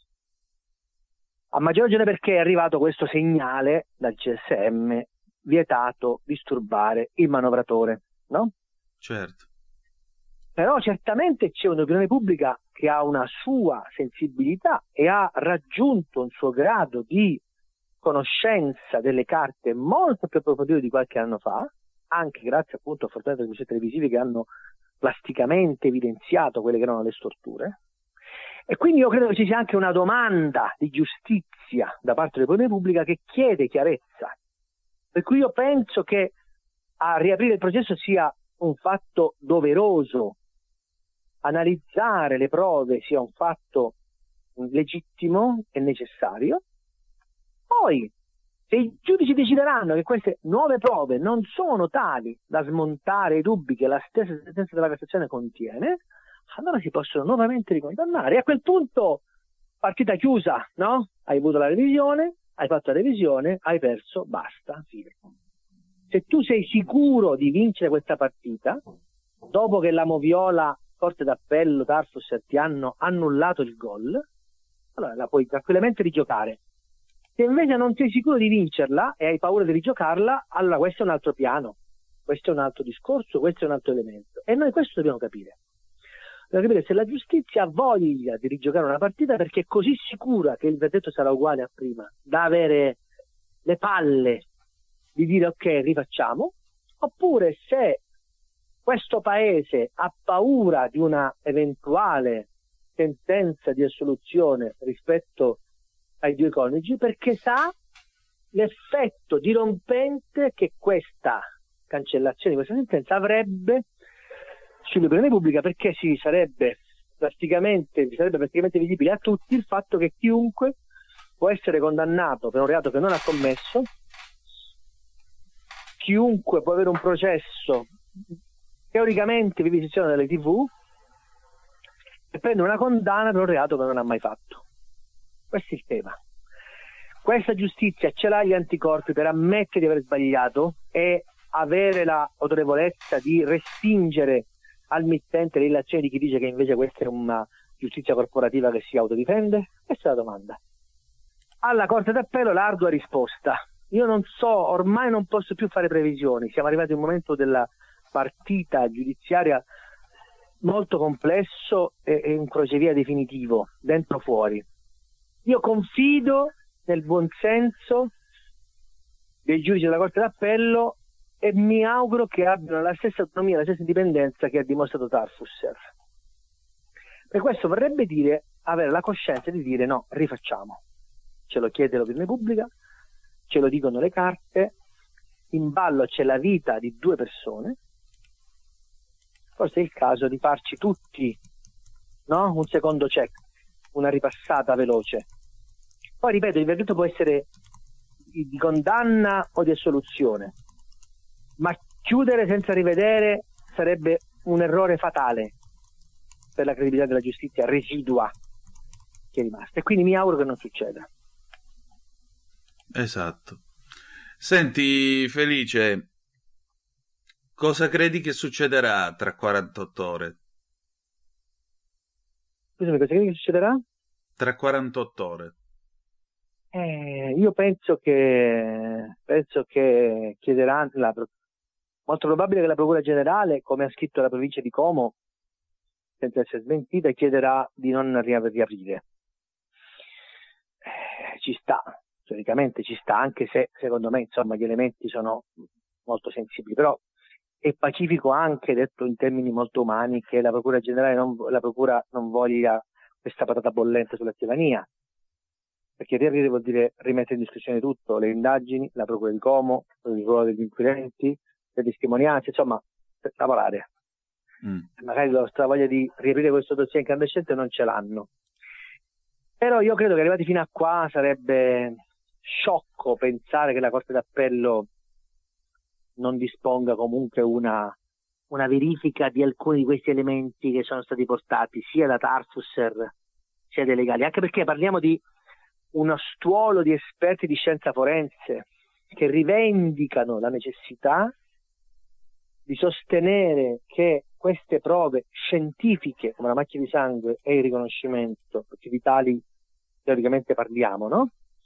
A maggior ragione perché è arrivato questo segnale dal C S M vietato disturbare il manovratore, no? Certo. Però certamente c'è un'opinione pubblica che ha una sua sensibilità e ha raggiunto un suo grado di conoscenza delle carte molto più approfondito di qualche anno fa, anche grazie appunto a fortunate trasmissioni televisive che hanno plasticamente evidenziato quelle che erano le storture. E quindi io credo che ci sia anche una domanda di giustizia da parte dell'opinione pubblica che chiede chiarezza. Per cui io penso che a riaprire il processo sia un fatto doveroso, analizzare le prove sia un fatto legittimo e necessario. Poi, se i giudici decideranno che queste nuove prove non sono tali da smontare i dubbi che la stessa sentenza della Cassazione contiene, allora si possono nuovamente ricondannare. E a quel punto, partita chiusa, no? Hai avuto la revisione, hai fatto la revisione, hai perso, basta, fine. Se tu sei sicuro di vincere questa partita, dopo che la Moviola, Corte d'Appello, Tarfusser ti hanno annullato il gol, allora la puoi tranquillamente rigiocare. Se invece non sei sicuro di vincerla e hai paura di rigiocarla, allora questo è un altro piano, questo è un altro discorso, questo è un altro elemento. E noi questo dobbiamo capire. Dobbiamo capire se la giustizia ha voglia di rigiocare una partita perché è così sicura che il verdetto sarà uguale a prima, da avere le palle di dire ok, rifacciamo, oppure se questo paese ha paura di una eventuale sentenza di assoluzione rispetto ai due coniugi, perché sa l'effetto dirompente che questa cancellazione di questa sentenza avrebbe sull'opinione pubblica, perché si sarebbe praticamente, sarebbe praticamente visibile a tutti il fatto che chiunque può essere condannato per un reato che non ha commesso, chiunque può avere un processo teoricamente vivisezione delle tivù e prende una condanna per un reato che non ha mai fatto. Questo è il tema. Questa giustizia ce l'ha gli anticorpi per ammettere di aver sbagliato e avere la autorevolezza di respingere al mittente le illazioni di chi dice che invece questa è una giustizia corporativa che si autodifende? Questa è la domanda. Alla Corte d'Appello l'ardua risposta. Io non so, ormai non posso più fare previsioni, siamo arrivati a un momento della partita giudiziaria molto complesso e, e un crocevia definitivo, dentro fuori. Io confido nel buonsenso dei giudici della Corte d'Appello e mi auguro che abbiano la stessa autonomia, la stessa indipendenza che ha dimostrato Tarfusser. Per questo vorrebbe dire avere la coscienza di dire no, rifacciamo. Ce lo chiede l'opinione pubblica, ce lo dicono le carte, in ballo c'è la vita di due persone, forse è il caso di farci tutti, no? Un secondo check, una ripassata veloce. Poi ripeto, il verdetto può essere di condanna o di assoluzione, ma chiudere senza rivedere sarebbe un errore fatale per la credibilità della giustizia residua che è rimasta, e quindi mi auguro che non succeda. Esatto. Senti Felice, cosa credi che succederà tra quarantotto ore? Scusami, cosa credi che succederà? Tra quarantotto ore. Eh, io penso che penso che chiederanno la, Molto probabile che la Procura Generale, come ha scritto la provincia di Como, senza essere smentita, chiederà di non riaprire. Eh, ci sta, teoricamente ci sta, anche se secondo me insomma gli elementi sono molto sensibili, però è pacifico anche, detto in termini molto umani, che la Procura Generale non, la Procura non voglia questa patata bollente sulla scrivania, perché riaprire vuol dire rimettere in discussione tutto, le indagini, la Procura di Como, il ruolo degli inquirenti, le testimonianze, insomma, per lavorare. Mm. Magari la vostra voglia di riaprire questo dossier incandescente non ce l'hanno. Però io credo che arrivati fino a qua sarebbe sciocco pensare che la Corte d'Appello non disponga comunque una, una verifica di alcuni di questi elementi che sono stati portati sia da Tarfusser sia dai legali, anche perché parliamo di uno stuolo di esperti di scienza forense che rivendicano la necessità di sostenere che queste prove scientifiche, come la macchia di sangue e il riconoscimento, perché di tali teoricamente parliamo, no?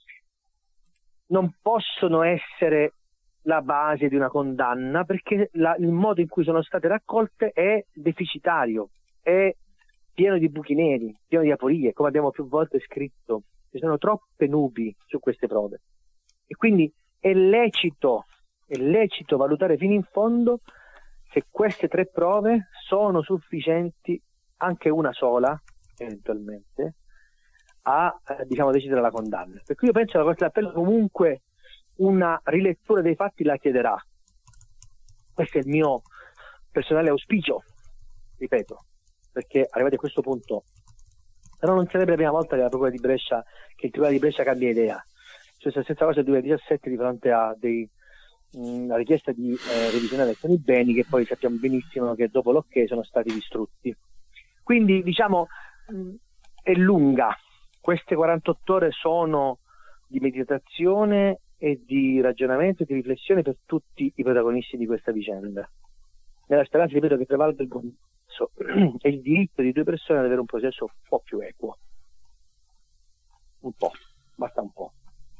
Non possono essere la base di una condanna, perché la, il modo in cui sono state raccolte è deficitario, è pieno di buchi neri, pieno di aporie, come abbiamo più volte scritto. Ci sono troppe nubi su queste prove e quindi è lecito, è lecito valutare fino in fondo se queste tre prove sono sufficienti, anche una sola eventualmente, a eh, diciamo decidere la condanna. Per cui io penso che la Corte d'Appello comunque una rilettura dei fatti la chiederà. Questo è il mio personale auspicio, ripeto, perché arrivati a questo punto, però non sarebbe la prima volta che la Procura di Brescia, che il Tribunale di Brescia cambia idea. Cioè, la stessa cosa nel duemiladiciassette di fronte a dei la richiesta di eh, revisionare alcuni beni che poi sappiamo benissimo che dopo l'ok sono stati distrutti. Quindi diciamo mh, è lunga, queste quarantotto ore sono di meditazione e di ragionamento e di riflessione per tutti i protagonisti di questa vicenda, nella speranza, ripeto, che prevalga il buon senso e il diritto di due persone ad avere un processo un po' più equo, un po', basta un po'.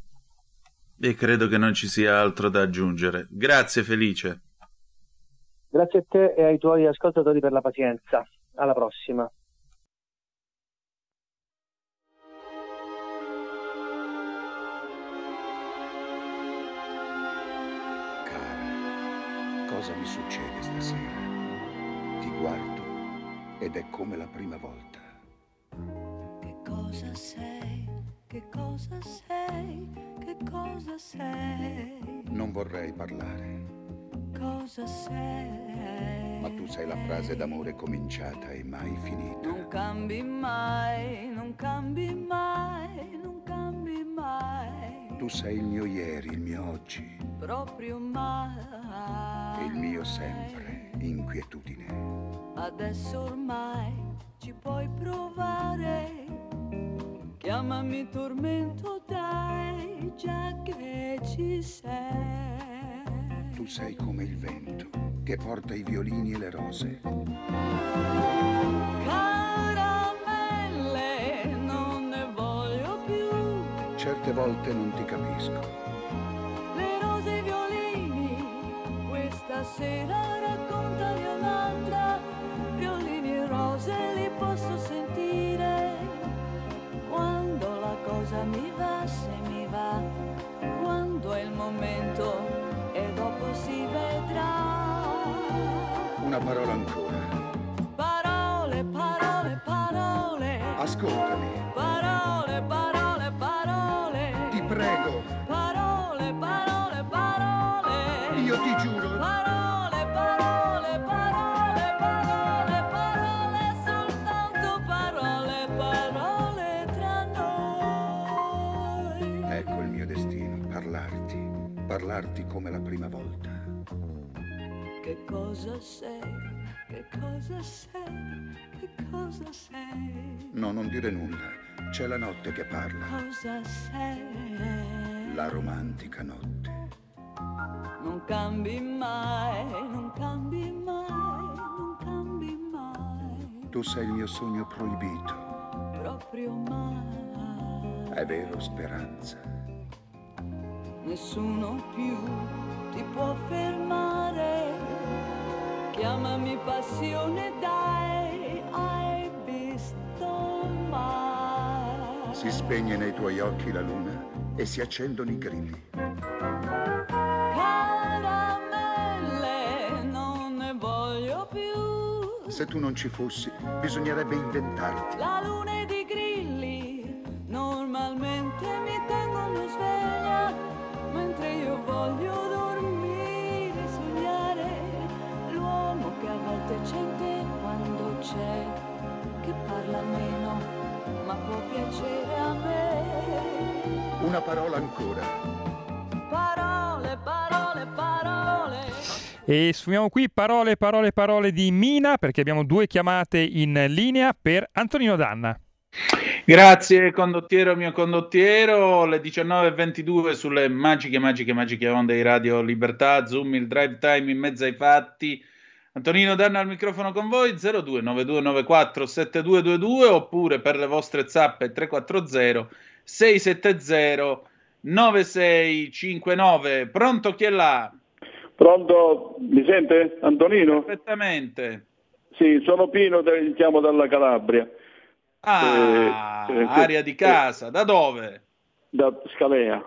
E credo che non ci sia altro da aggiungere. Grazie Felice. Grazie a te e ai tuoi ascoltatori per la pazienza. Alla prossima. Cara, cosa mi succede stasera? Ti guardo ed è come la prima volta. Che cosa sei? Che cosa sei? Che cosa sei? Non vorrei parlare. Cosa sei? Ma tu sei la frase d'amore cominciata e mai finita. Non cambi mai, non cambi mai, non cambi mai. Tu sei il mio ieri, il mio oggi. Proprio mai. E il mio sempre, inquietudine. Adesso ormai ci puoi provare. Chiamami tormento, dai, già che ci sei. Tu sei come il vento che porta i violini e le rose. Caramelle, non ne voglio più. Certe volte non ti capisco. Le rose e i violini, questa sera raccontami un'altra. Violini e rose li posso sentire. Quando la cosa mi va, se mi va, quando è il momento e dopo si vedrà. Una parola ancora. Parole, parole, parole. Ascoltami. Parole, parole, parole. Ti prego. Parole, parole, parole. Io ti giuro. Parole, parole, parole, parole, parole, soltanto parole, parole tra noi. Ecco il mio destino, parlarti, parlarti come la prima volta. Che cosa sei? Che cosa sei? Che cosa sei? No, non dire nulla. C'è la notte che parla. Cosa sei? La romantica notte. Non cambi mai, non cambi mai, non cambi mai. Tu sei il mio sogno proibito. Proprio mai. È vero, Speranza. Nessuno più ti può fermare. chiamami passione, dai, hai visto mai? Si spegne nei tuoi occhi la luna e si accendono i grilli. Caramelle, non ne voglio più. Se tu non ci fossi, bisognerebbe inventarti. La luna ed i grilli normalmente mi tengono sveglia, mentre io voglio dormire, sognare. L'uomo che a volte c'è quando c'è, che parla meno, ma può piacere a me. Una parola ancora. Parole, parole, parole. E suoniamo qui parole, parole, parole di Mina, perché abbiamo due chiamate in linea per Antonino Danna. Grazie condottiero, mio condottiero, le diciannove e ventidue sulle magiche, magiche, magiche onde di Radio Libertà, Zoom, il drive time in mezzo ai fatti. Antonino Danna al microfono con voi, zero due nove due nove quattro sette due due due, oppure per le vostre zappe tre quattro zero sei sette zero nove sei cinque nove. Pronto, chi è là? Pronto, mi sente Antonino? Perfettamente. Sì, sono Pino, te- chiamo dalla Calabria. Ah, Eh, eh, aria di casa, da dove? Da Scalea.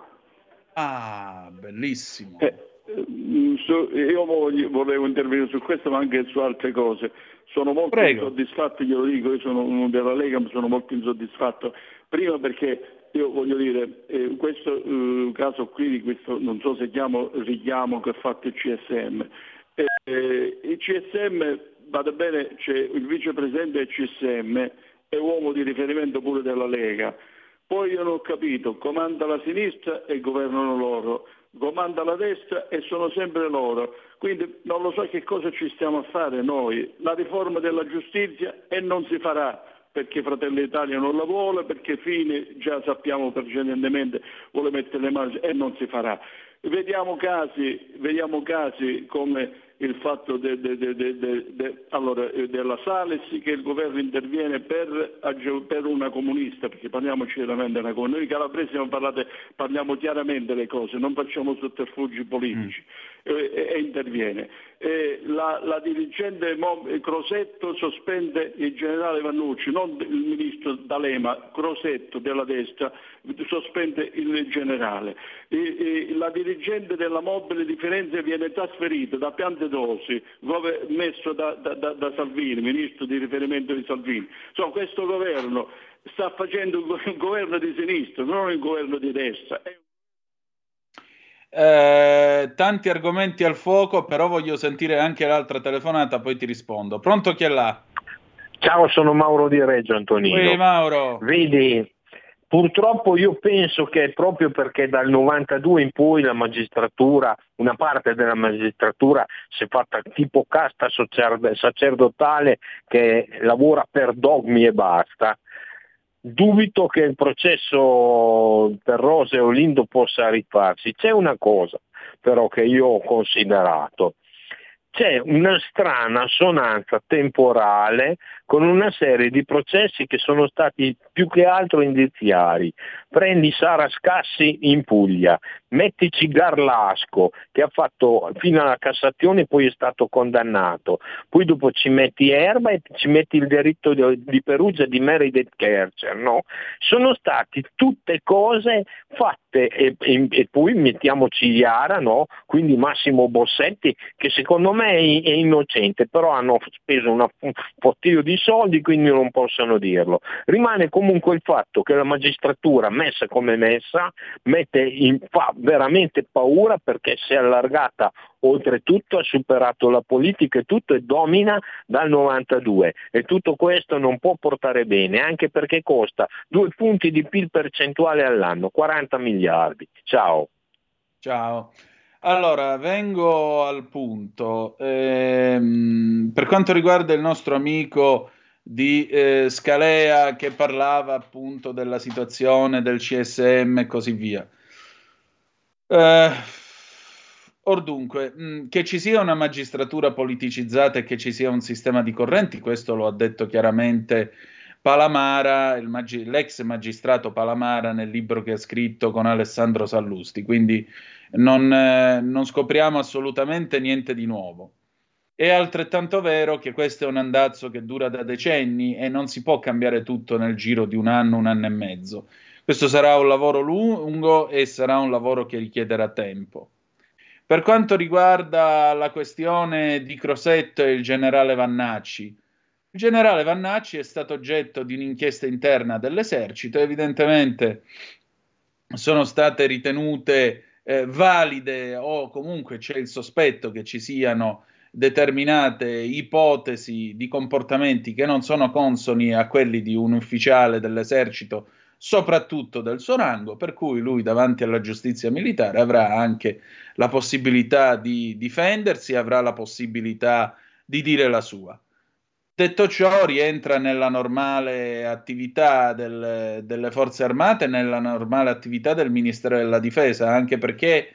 Ah, bellissimo. Eh, mm, su- io voglio- volevo intervenire su questo, ma anche su altre cose. Sono molto Prego. insoddisfatto, glielo dico, io sono uno della Lega, ma sono molto insoddisfatto. Prima perché io voglio dire, eh, questo eh, caso qui, di questo non so se chiamo richiamo che ha fatto il C S M. Eh, eh, il C S M, vada bene, c'è il vicepresidente del C S M, è uomo di riferimento pure della Lega. Poi io non ho capito, comanda la sinistra e governano loro, comanda la destra e sono sempre loro. Quindi non lo so che cosa ci stiamo a fare noi. La riforma della giustizia e non si farà, perché Fratelli d'Italia non la vuole, perché Fini, già sappiamo precedentemente, vuole mettere le mani e non si farà. Vediamo casi, vediamo casi come il fatto de, de, de, de, de, de, allora, della Sales, che il governo interviene per, per una comunista, perché parliamoci chiaramente una cosa, noi calabresi parlate, parliamo chiaramente le cose, non facciamo sotterfugi politici, mm. e, e interviene. E la, la dirigente Crosetto sospende il generale Vannucci, non il ministro D'Alema, Crosetto della destra sospende il generale. E, e la dirigente della Mobile di Firenze viene trasferita da Piantedosi, messo da, da, da, da Salvini, ministro di riferimento di Salvini. Insomma, questo governo sta facendo un governo di sinistra, non un governo di destra. Eh, tanti argomenti al fuoco, però voglio sentire anche l'altra telefonata, poi ti rispondo. Pronto, chi è là? Ciao, sono Mauro di Reggio, Antonino. Ehi, Mauro. Vedi, purtroppo io penso che proprio perché dal novantadue in poi la magistratura, una parte della magistratura si è fatta tipo casta sacerdotale che lavora per dogmi e basta. Dubito che il processo per Rosa e Olindo possa rifarsi. C'è una cosa però che io ho considerato. C'è una strana assonanza temporale con una serie di processi che sono stati più che altro indiziari. Prendi Sara Scassi in Puglia, mettici Garlasco che ha fatto fino alla Cassazione e poi è stato condannato, poi dopo ci metti Erba e ci metti il delitto di, di Perugia di Meredith Kercher, no? Sono stati tutte cose fatte e, e, e poi mettiamoci Iara, no? Quindi Massimo Bossetti, che secondo me è, è innocente, però hanno speso una, un fottio di soldi, quindi non possono dirlo. Rimane comunque il fatto che la magistratura, messa come messa, mette in, fa veramente paura perché si è allargata, oltretutto ha superato la politica e tutto e domina dal novantadue, e tutto questo non può portare bene, anche perché costa due punti di P I L percentuale all'anno, quaranta miliardi. Ciao. Ciao. Allora, vengo al punto. Ehm, per quanto riguarda il nostro amico di eh, Scalea che parlava appunto della situazione del C S M e così via. Eh, or dunque, mh, che ci sia una magistratura politicizzata e che ci sia un sistema di correnti, questo lo ha detto chiaramente Palamara, il magi- l'ex magistrato Palamara nel libro che ha scritto con Alessandro Sallusti, quindi non, eh, non scopriamo assolutamente niente di nuovo. È altrettanto vero che questo è un andazzo che dura da decenni e non si può cambiare tutto nel giro di un anno, un anno e mezzo. Questo sarà un lavoro lungo e sarà un lavoro che richiederà tempo. Per quanto riguarda la questione di Crosetto e il generale Vannacci, il generale Vannacci è stato oggetto di un'inchiesta interna dell'esercito, evidentemente sono state ritenute eh, valide o comunque c'è il sospetto che ci siano determinate ipotesi di comportamenti che non sono consoni a quelli di un ufficiale dell'esercito, soprattutto del suo rango, per cui lui davanti alla giustizia militare avrà anche la possibilità di difendersi, avrà la possibilità di dire la sua. Detto ciò, rientra nella normale attività del, delle forze armate, nella normale attività del Ministero della Difesa, anche perché,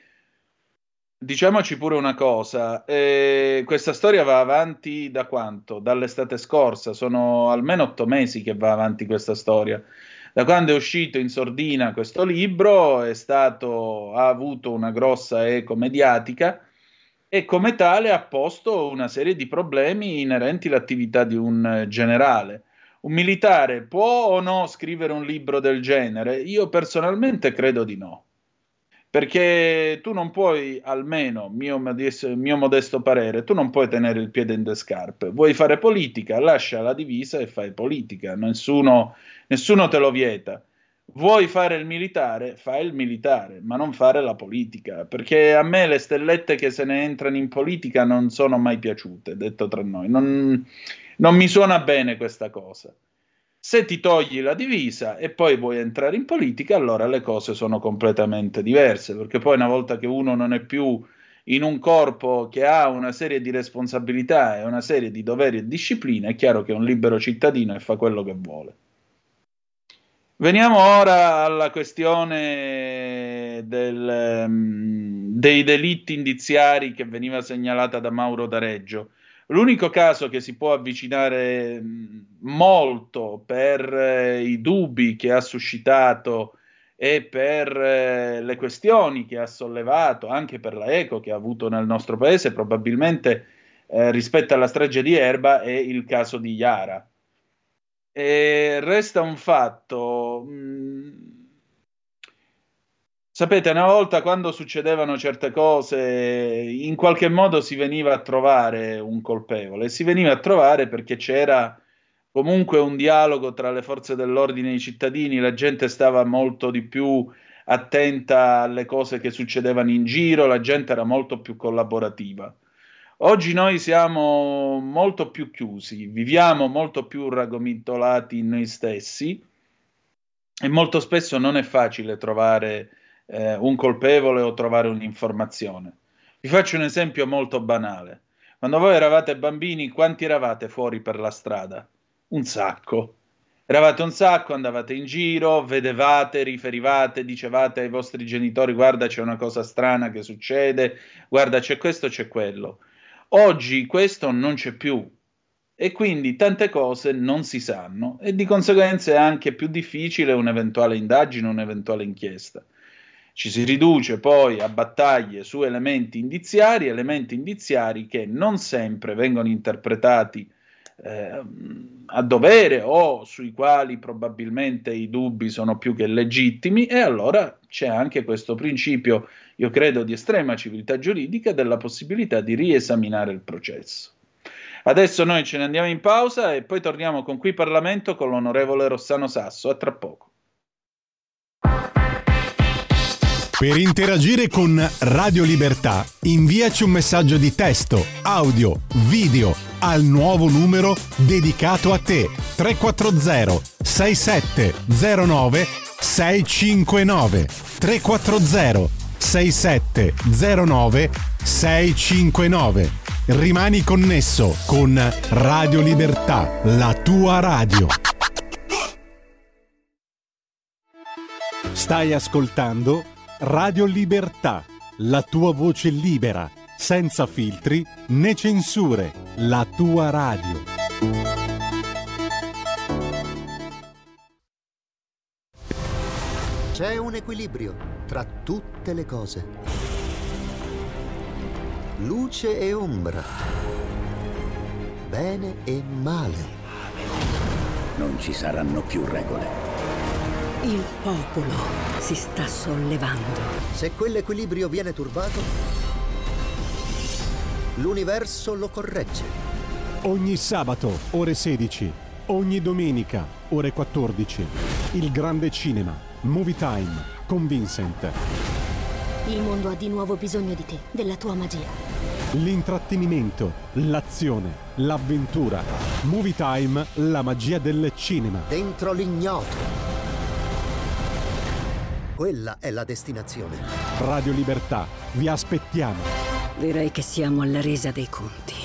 diciamoci pure una cosa, eh, questa storia va avanti da quanto? Dall'estate scorsa, sono almeno otto mesi che va avanti questa storia. Da quando è uscito in sordina questo libro è stato, ha avuto una grossa eco mediatica e come tale ha posto una serie di problemi inerenti all'attività di un generale. Un militare può o no scrivere un libro del genere? Io personalmente credo di no. Perché tu non puoi, almeno, mio modesto, mio modesto parere, tu non puoi tenere il piede in due scarpe. Vuoi fare politica, lascia la divisa e fai politica. Nessuno, nessuno te lo vieta. Vuoi fare il militare, fai il militare, ma non fare la politica. Perché a me le stellette che se ne entrano in politica non sono mai piaciute, detto tra noi. Non, non mi suona bene questa cosa. Se ti togli la divisa e poi vuoi entrare in politica, allora le cose sono completamente diverse, perché poi una volta che uno non è più in un corpo che ha una serie di responsabilità e una serie di doveri e discipline, è chiaro che è un libero cittadino e fa quello che vuole. Veniamo ora alla questione del, um, dei delitti indiziari che veniva segnalata da Mauro D'Areggio. L'unico caso che si può avvicinare molto per eh, i dubbi che ha suscitato e per eh, le questioni che ha sollevato, anche per la eco che ha avuto nel nostro paese, probabilmente eh, rispetto alla strage di Erba, è il caso di Iara. E resta un fatto... Mh, Sapete, una volta quando succedevano certe cose, in qualche modo si veniva a trovare un colpevole, si veniva a trovare perché c'era comunque un dialogo tra le forze dell'ordine e i cittadini, la gente stava molto di più attenta alle cose che succedevano in giro, la gente era molto più collaborativa. Oggi noi siamo molto più chiusi, viviamo molto più raggomitolati in noi stessi e molto spesso non è facile trovare Eh, un colpevole o trovare un'informazione. Vi faccio un esempio molto banale. Quando voi eravate bambini, quanti eravate fuori per la strada? Un sacco. Eravate un sacco, andavate in giro, vedevate, riferivate, dicevate ai vostri genitori: guarda, c'è una cosa strana che succede, guarda, c'è questo, c'è quello. Oggi questo non c'è più e quindi tante cose non si sanno e di conseguenza è anche più difficile un'eventuale indagine, un'eventuale inchiesta. Ci si riduce poi a battaglie su elementi indiziari, elementi indiziari che non sempre vengono interpretati eh, a dovere o sui quali probabilmente i dubbi sono più che legittimi, e allora c'è anche questo principio, io credo, di estrema civiltà giuridica, della possibilità di riesaminare il processo. Adesso noi ce ne andiamo in pausa e poi torniamo con Qui Parlamento con l'onorevole Rossano Sasso. A tra poco. Per interagire con Radio Libertà, inviaci un messaggio di testo, audio, video al nuovo numero dedicato a te tre quattro zero sei sette zero nove sei cinque nove tre quattro zero sei sette zero nove sei cinque nove. Rimani connesso con Radio Libertà, la tua radio. Stai ascoltando Radio Libertà, la tua voce libera, senza filtri né censure, la tua radio. C'è un equilibrio tra tutte le cose. Luce e ombra, bene e male. Non ci saranno più regole. Il popolo si sta sollevando. Se quell'equilibrio viene turbato, l'universo lo corregge. Ogni sabato, ore sedici. Ogni domenica, ore quattordici. Il grande cinema. Movie Time con Vincent. Il mondo ha di nuovo bisogno di te, della tua magia. L'intrattenimento, l'azione, l'avventura. Movie Time, la magia del cinema. Dentro l'ignoto. Quella è la destinazione. Radio Libertà, vi aspettiamo. Direi che siamo alla resa dei conti.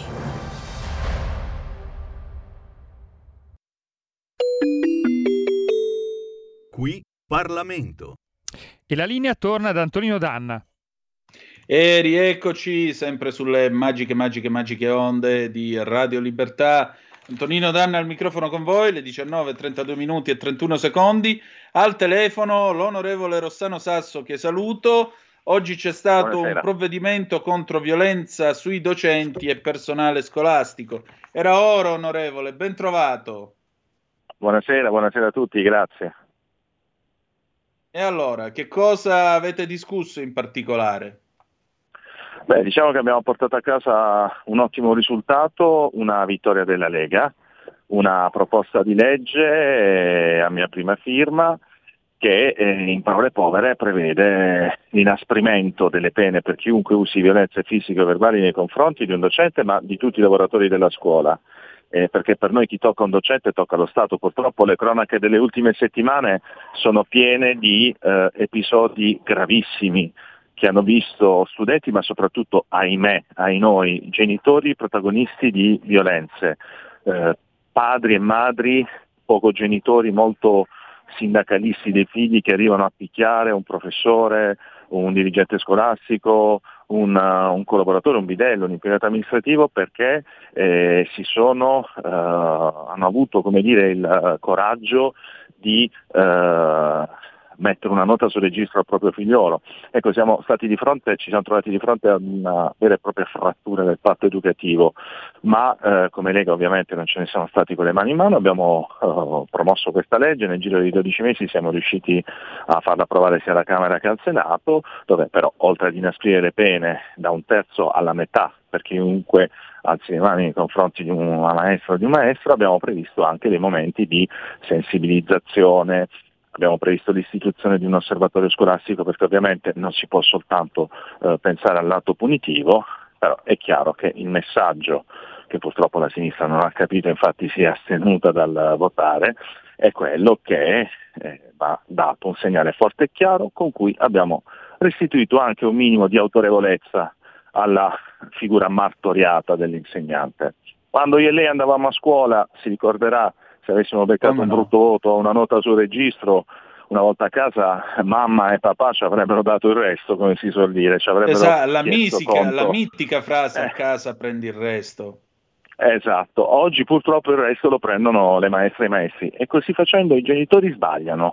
Qui Parlamento. E la linea torna ad Antonino Danna. E rieccoci sempre sulle magiche, magiche, magiche onde di Radio Libertà. Antonino Danna al microfono con voi, le diciannove e trentadue minuti e trentuno secondi. Al telefono l'onorevole Rossano Sasso, che saluto. Oggi c'è stato Buonasera. un provvedimento contro violenza sui docenti e personale scolastico. Era ora, onorevole, ben trovato. Buonasera, buonasera a tutti, grazie. E allora, che cosa avete discusso in particolare? Beh, diciamo che abbiamo portato a casa un ottimo risultato, una vittoria della Lega, una proposta di legge eh, a mia prima firma che eh, in parole povere prevede l'inasprimento delle pene per chiunque usi violenze fisiche o verbali nei confronti di un docente, ma di tutti i lavoratori della scuola. Eh, perché per noi chi tocca un docente tocca lo Stato. Purtroppo le cronache delle ultime settimane sono piene di eh, episodi gravissimi che hanno visto studenti, ma soprattutto, ahimè, ai noi, genitori protagonisti di violenze, eh, padri e madri, poco genitori, molto sindacalisti dei figli che arrivano a picchiare un professore, un dirigente scolastico, un, uh, un collaboratore, un bidello, un impiegato amministrativo, perché eh, si sono, uh, hanno avuto, come dire, il uh, coraggio di uh, mettere una nota sul registro al proprio figliolo. Ecco, siamo stati di fronte, ci siamo trovati di fronte a una vera e propria frattura del patto educativo, ma eh, come Lega ovviamente non ce ne siamo stati con le mani in mano, abbiamo eh, promosso questa legge, nel giro di dodici mesi siamo riusciti a farla approvare sia alla Camera che al Senato, dove però oltre ad inasprire le pene da un terzo alla metà per chiunque alzi le mani nei confronti di una maestra o di un maestro, abbiamo previsto anche dei momenti di sensibilizzazione. Abbiamo previsto l'istituzione di un osservatorio scolastico, perché ovviamente non si può soltanto eh, pensare al lato punitivo, però è chiaro che il messaggio che purtroppo la sinistra non ha capito, infatti si è astenuta dal votare, è quello che eh, va dato un segnale forte e chiaro con cui abbiamo restituito anche un minimo di autorevolezza alla figura martoriata dell'insegnante. Quando io e lei andavamo a scuola, si ricorderà, se avessimo beccato Come un no? brutto voto o una nota sul registro, una volta a casa mamma e papà ci avrebbero dato il resto, come si suol dire, ci avrebbero Esatto, la, chiesto misica, conto. la mitica frase Eh. a casa prendi il resto. Esatto, oggi purtroppo il resto lo prendono le maestre e i maestri e così facendo i genitori sbagliano,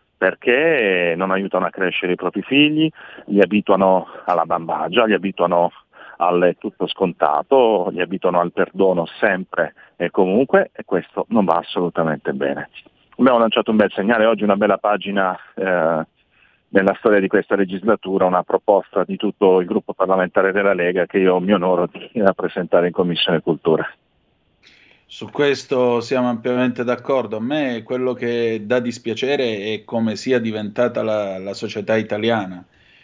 perché non aiutano a crescere i propri figli, li abituano alla bambagia, li abituano al tutto scontato, li abituano al perdono sempre e comunque, e questo non va assolutamente bene. Abbiamo lanciato un bel segnale, oggi una bella pagina eh, nella storia di questa legislatura, una proposta di tutto il gruppo parlamentare della Lega che io mi onoro di rappresentare in Commissione Cultura. Su questo siamo ampiamente d'accordo. A me quello che dà dispiacere è come sia diventata la, la società italiana,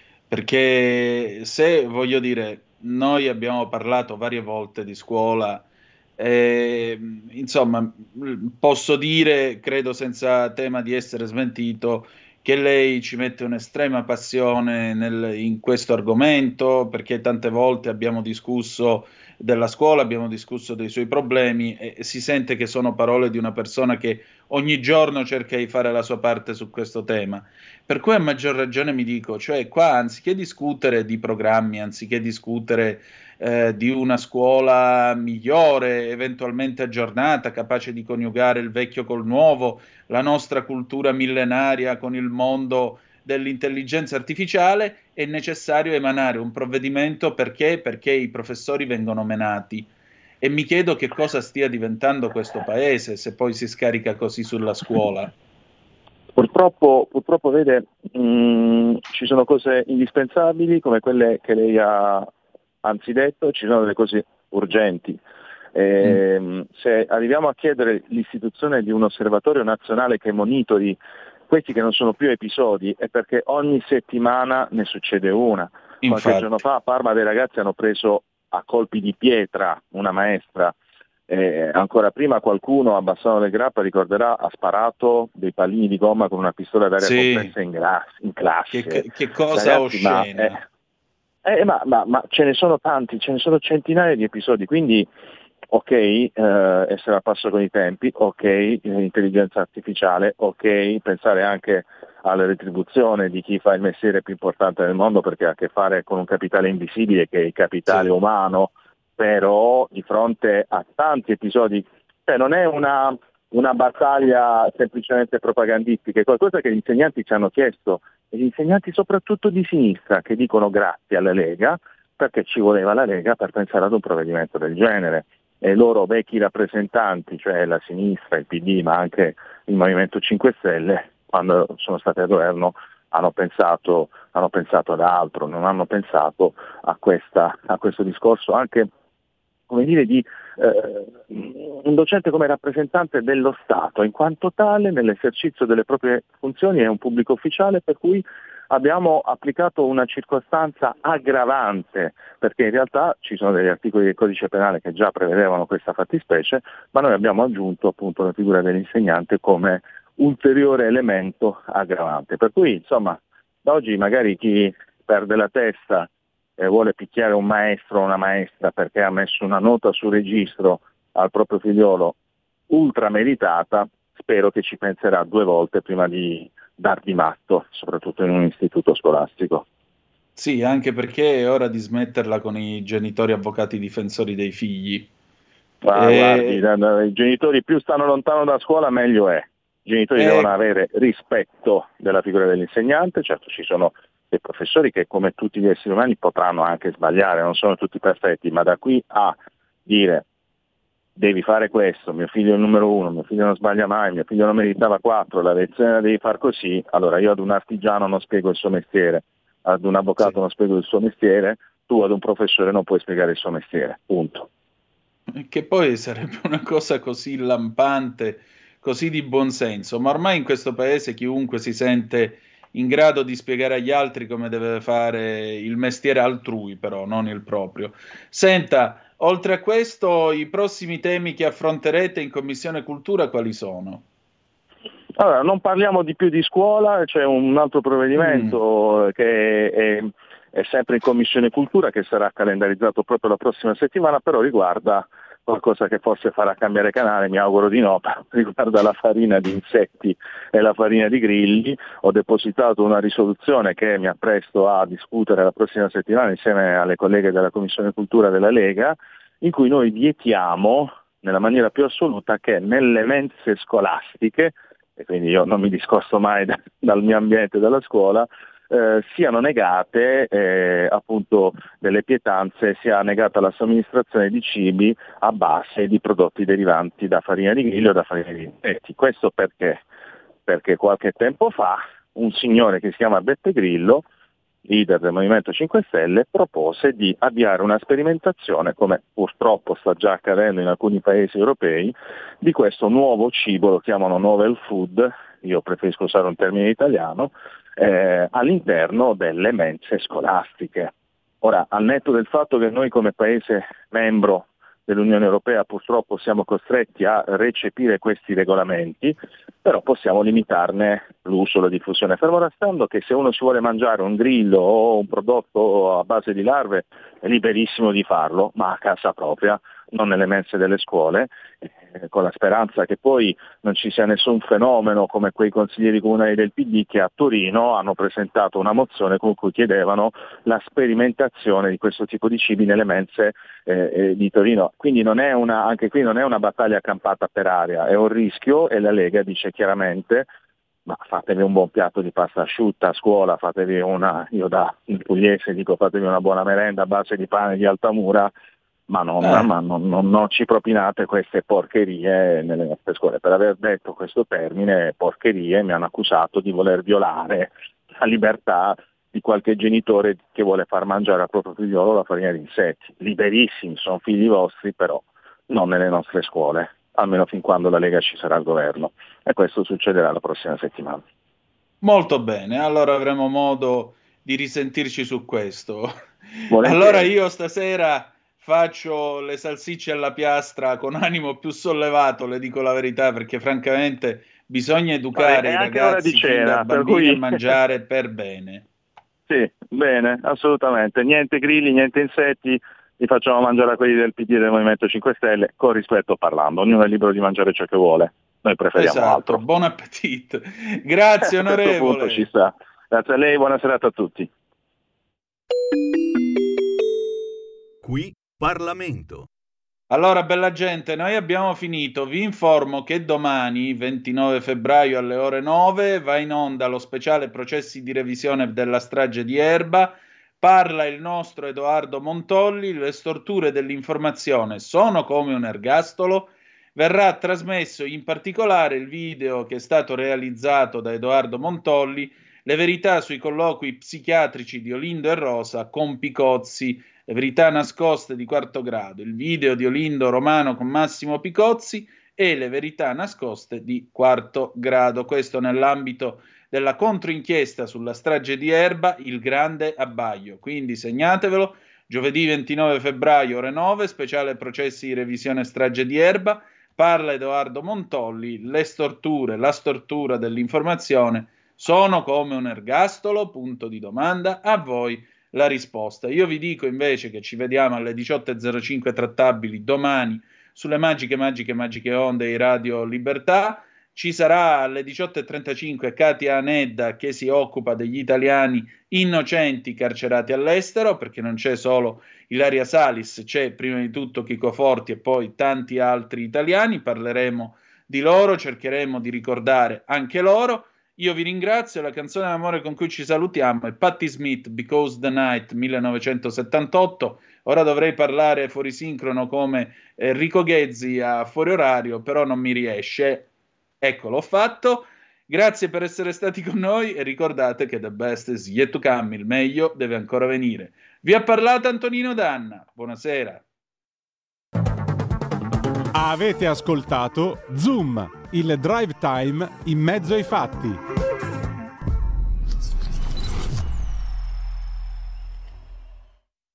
perché se, voglio dire, noi abbiamo parlato varie volte di scuola, e, insomma, posso dire, credo senza tema di essere smentito, che lei ci mette un'estrema passione nel, in questo argomento, perché tante volte abbiamo discusso della scuola, abbiamo discusso dei suoi problemi e, e si sente che sono parole di una persona che ogni giorno cerca di fare la sua parte su questo tema. Per cui a maggior ragione mi dico, cioè qua anziché discutere di programmi, anziché discutere eh, di una scuola migliore, eventualmente aggiornata, capace di coniugare il vecchio col nuovo, la nostra cultura millenaria con il mondo dell'intelligenza artificiale, è necessario emanare un provvedimento perché? Perché i professori vengono menati. e mi chiedo che cosa stia diventando questo paese se poi si scarica così sulla scuola. Purtroppo, purtroppo vede, mh, ci sono cose indispensabili come quelle che lei ha anzidetto, ci sono delle cose urgenti. Eh, mm. Se arriviamo a chiedere l'istituzione di un osservatorio nazionale che monitori questi che non sono più episodi, è perché ogni settimana ne succede una. Infatti. Qualche giorno fa a Parma dei ragazzi hanno preso a colpi di pietra una maestra. Eh, ancora prima qualcuno a Bassano del Grappa, ricorderà, ha sparato dei pallini di gomma con una pistola d'aria sì. complessa in, gra- in classe. Che, che cosa ragazzi, oscena. Ma, eh, eh, ma, ma, ma ce ne sono tanti, ce ne sono centinaia di episodi, quindi ok, eh, essere a passo con i tempi, ok, intelligenza artificiale, ok, pensare anche alla retribuzione di chi fa il mestiere più importante del mondo, perché ha a che fare con un capitale invisibile che è il capitale sì. umano, però di fronte a tanti episodi, cioè non è una, una battaglia semplicemente propagandistica, è qualcosa che gli insegnanti ci hanno chiesto, e gli insegnanti soprattutto di sinistra che dicono grazie alla Lega, perché ci voleva la Lega per pensare ad un provvedimento del genere. E i loro vecchi rappresentanti, cioè la sinistra, il P D, ma anche il Movimento cinque Stelle, quando sono stati al governo hanno pensato, hanno pensato ad altro, non hanno pensato a, questa, a questo discorso anche, come dire, di eh, un docente come rappresentante dello Stato, in quanto tale nell'esercizio delle proprie funzioni è un pubblico ufficiale, per cui abbiamo applicato una circostanza aggravante, perché in realtà ci sono degli articoli del codice penale che già prevedevano questa fattispecie, ma noi abbiamo aggiunto appunto la figura dell'insegnante come ulteriore elemento aggravante. Per cui insomma da oggi magari chi perde la testa e vuole picchiare un maestro o una maestra perché ha messo una nota sul registro al proprio figliolo ultra meritata, spero che ci penserà due volte prima di dar di matto, soprattutto in un istituto scolastico. Sì, anche perché è ora di smetterla con i genitori avvocati difensori dei figli. Ma e... guardi, da, da, i genitori più stanno lontano da scuola meglio è. I genitori e... devono avere rispetto della figura dell'insegnante, certo ci sono dei professori che come tutti gli esseri umani potranno anche sbagliare, non sono tutti perfetti, ma da qui a dire devi fare questo, mio figlio è il numero uno, mio figlio non sbaglia mai, mio figlio non meritava quattro, la lezione la devi far così, allora io ad un artigiano non spiego il suo mestiere, ad un avvocato sì. non spiego il suo mestiere, tu ad un professore non puoi spiegare il suo mestiere, punto. Che poi sarebbe una cosa così lampante, così di buonsenso, ma ormai in questo paese chiunque si sente in grado di spiegare agli altri come deve fare il mestiere altrui, però non il proprio. Senta, oltre a questo, i prossimi temi che affronterete in Commissione Cultura quali sono? Allora, non parliamo di più di scuola, c'è un altro provvedimento mm. che è, è sempre in Commissione Cultura, che sarà calendarizzato proprio la prossima settimana, però riguarda qualcosa che forse farà cambiare canale, mi auguro di no, riguarda la farina di insetti e la farina di grilli. Ho depositato una risoluzione che mi appresto a discutere la prossima settimana insieme alle colleghe della Commissione Cultura della Lega, in cui noi vietiamo nella maniera più assoluta che nelle mense scolastiche, e quindi io non mi discosto mai da, dal mio ambiente, dalla scuola, Eh, siano negate eh, appunto delle pietanze, sia negata la somministrazione di cibi a base di prodotti derivanti da farina di grillo o da farina di insetti. Questo perché? Perché qualche tempo fa un signore che si chiama Beppe Grillo, leader del Movimento cinque Stelle, propose di avviare una sperimentazione, come purtroppo sta già accadendo in alcuni paesi europei, di questo nuovo cibo, lo chiamano novel food, io preferisco usare un termine italiano, Eh, all'interno delle mense scolastiche. Ora, al netto del fatto che noi come paese membro dell'Unione Europea purtroppo siamo costretti a recepire questi regolamenti, però possiamo limitarne l'uso e la diffusione, fermo restando che se uno si vuole mangiare un grillo o un prodotto a base di larve è liberissimo di farlo, ma a casa propria, non nelle mense delle scuole, eh, con la speranza che poi non ci sia nessun fenomeno come quei consiglieri comunali del P D che a Torino hanno presentato una mozione con cui chiedevano la sperimentazione di questo tipo di cibi nelle mense eh, eh, di Torino. Quindi non è una, anche qui non è una battaglia campata per aria, è un rischio, e la Lega dice chiaramente: ma fatevi un buon piatto di pasta asciutta a scuola, fatevi una, io da in pugliese dico fatevi una buona merenda a base di pane di Altamura, ma non, eh. ma non, non, non ci propinate queste porcherie nelle nostre scuole. Per aver detto questo termine, porcherie, mi hanno accusato di voler violare la libertà di qualche genitore che vuole far mangiare al proprio figliolo la farina di insetti. Liberissimi, sono figli vostri, però non nelle nostre scuole, almeno fin quando la Lega ci sarà al governo, e questo succederà la prossima settimana. Molto bene, allora avremo modo di risentirci su questo. Volentieri. Allora io stasera faccio le salsicce alla piastra con animo più sollevato, le dico la verità, perché francamente bisogna educare Vabbè, è i anche ora ragazzi di fin da cena, per bambini cui- a mangiare per bene. Sì, bene, assolutamente. Niente grilli, niente insetti, li facciamo mangiare a quelli del P D e del Movimento cinque Stelle, con rispetto parlando. Ognuno è libero di mangiare ciò che vuole. Noi preferiamo Esatto, altro. buon appetito. Grazie A questo punto onorevole. ci sta. Grazie a lei, buona serata a tutti. Qui Parlamento. Allora, bella gente, noi abbiamo finito. Vi informo che domani, ventinove febbraio alle ore nove, va in onda lo speciale processi di revisione della strage di Erba. Parla il nostro Edoardo Montolli. Le storture dell'informazione sono come un ergastolo. Verrà trasmesso in particolare il video che è stato realizzato da Edoardo Montolli, le verità sui colloqui psichiatrici di Olindo e Rosa con Picozzi, le verità nascoste di quarto grado, il video di Olindo Romano con Massimo Picozzi e le verità nascoste di quarto grado. Questo nell'ambito della controinchiesta sulla strage di Erba, il grande abbaglio. Quindi segnatevelo, giovedì ventinove febbraio ore nove, speciale processi di revisione strage di Erba. Parla Edoardo Montolli, le storture, la stortura dell'informazione sono come un ergastolo? Punto di domanda, a voi la risposta. Io vi dico invece che ci vediamo alle diciotto e zero cinque trattabili domani sulle magiche, magiche, magiche onde di Radio Libertà. Ci sarà alle diciotto e trentacinque Katia Anedda che si occupa degli italiani innocenti carcerati all'estero, perché non c'è solo Ilaria Salis, c'è prima di tutto Chico Forti e poi tanti altri italiani. Parleremo di loro, cercheremo di ricordare anche loro. Io vi ringrazio, la canzone d'amore con cui ci salutiamo è Patti Smith, Because the Night, millenovecentosettantotto. Ora dovrei parlare fuori sincrono come Enrico Ghezzi a fuori orario, però non mi riesce. Ecco, l'ho fatto. Grazie per essere stati con noi e ricordate che the best is yet to come, il meglio deve ancora venire. Vi ha parlato Antonino Danna. Buonasera. Avete ascoltato Zoom, il drive time in mezzo ai fatti.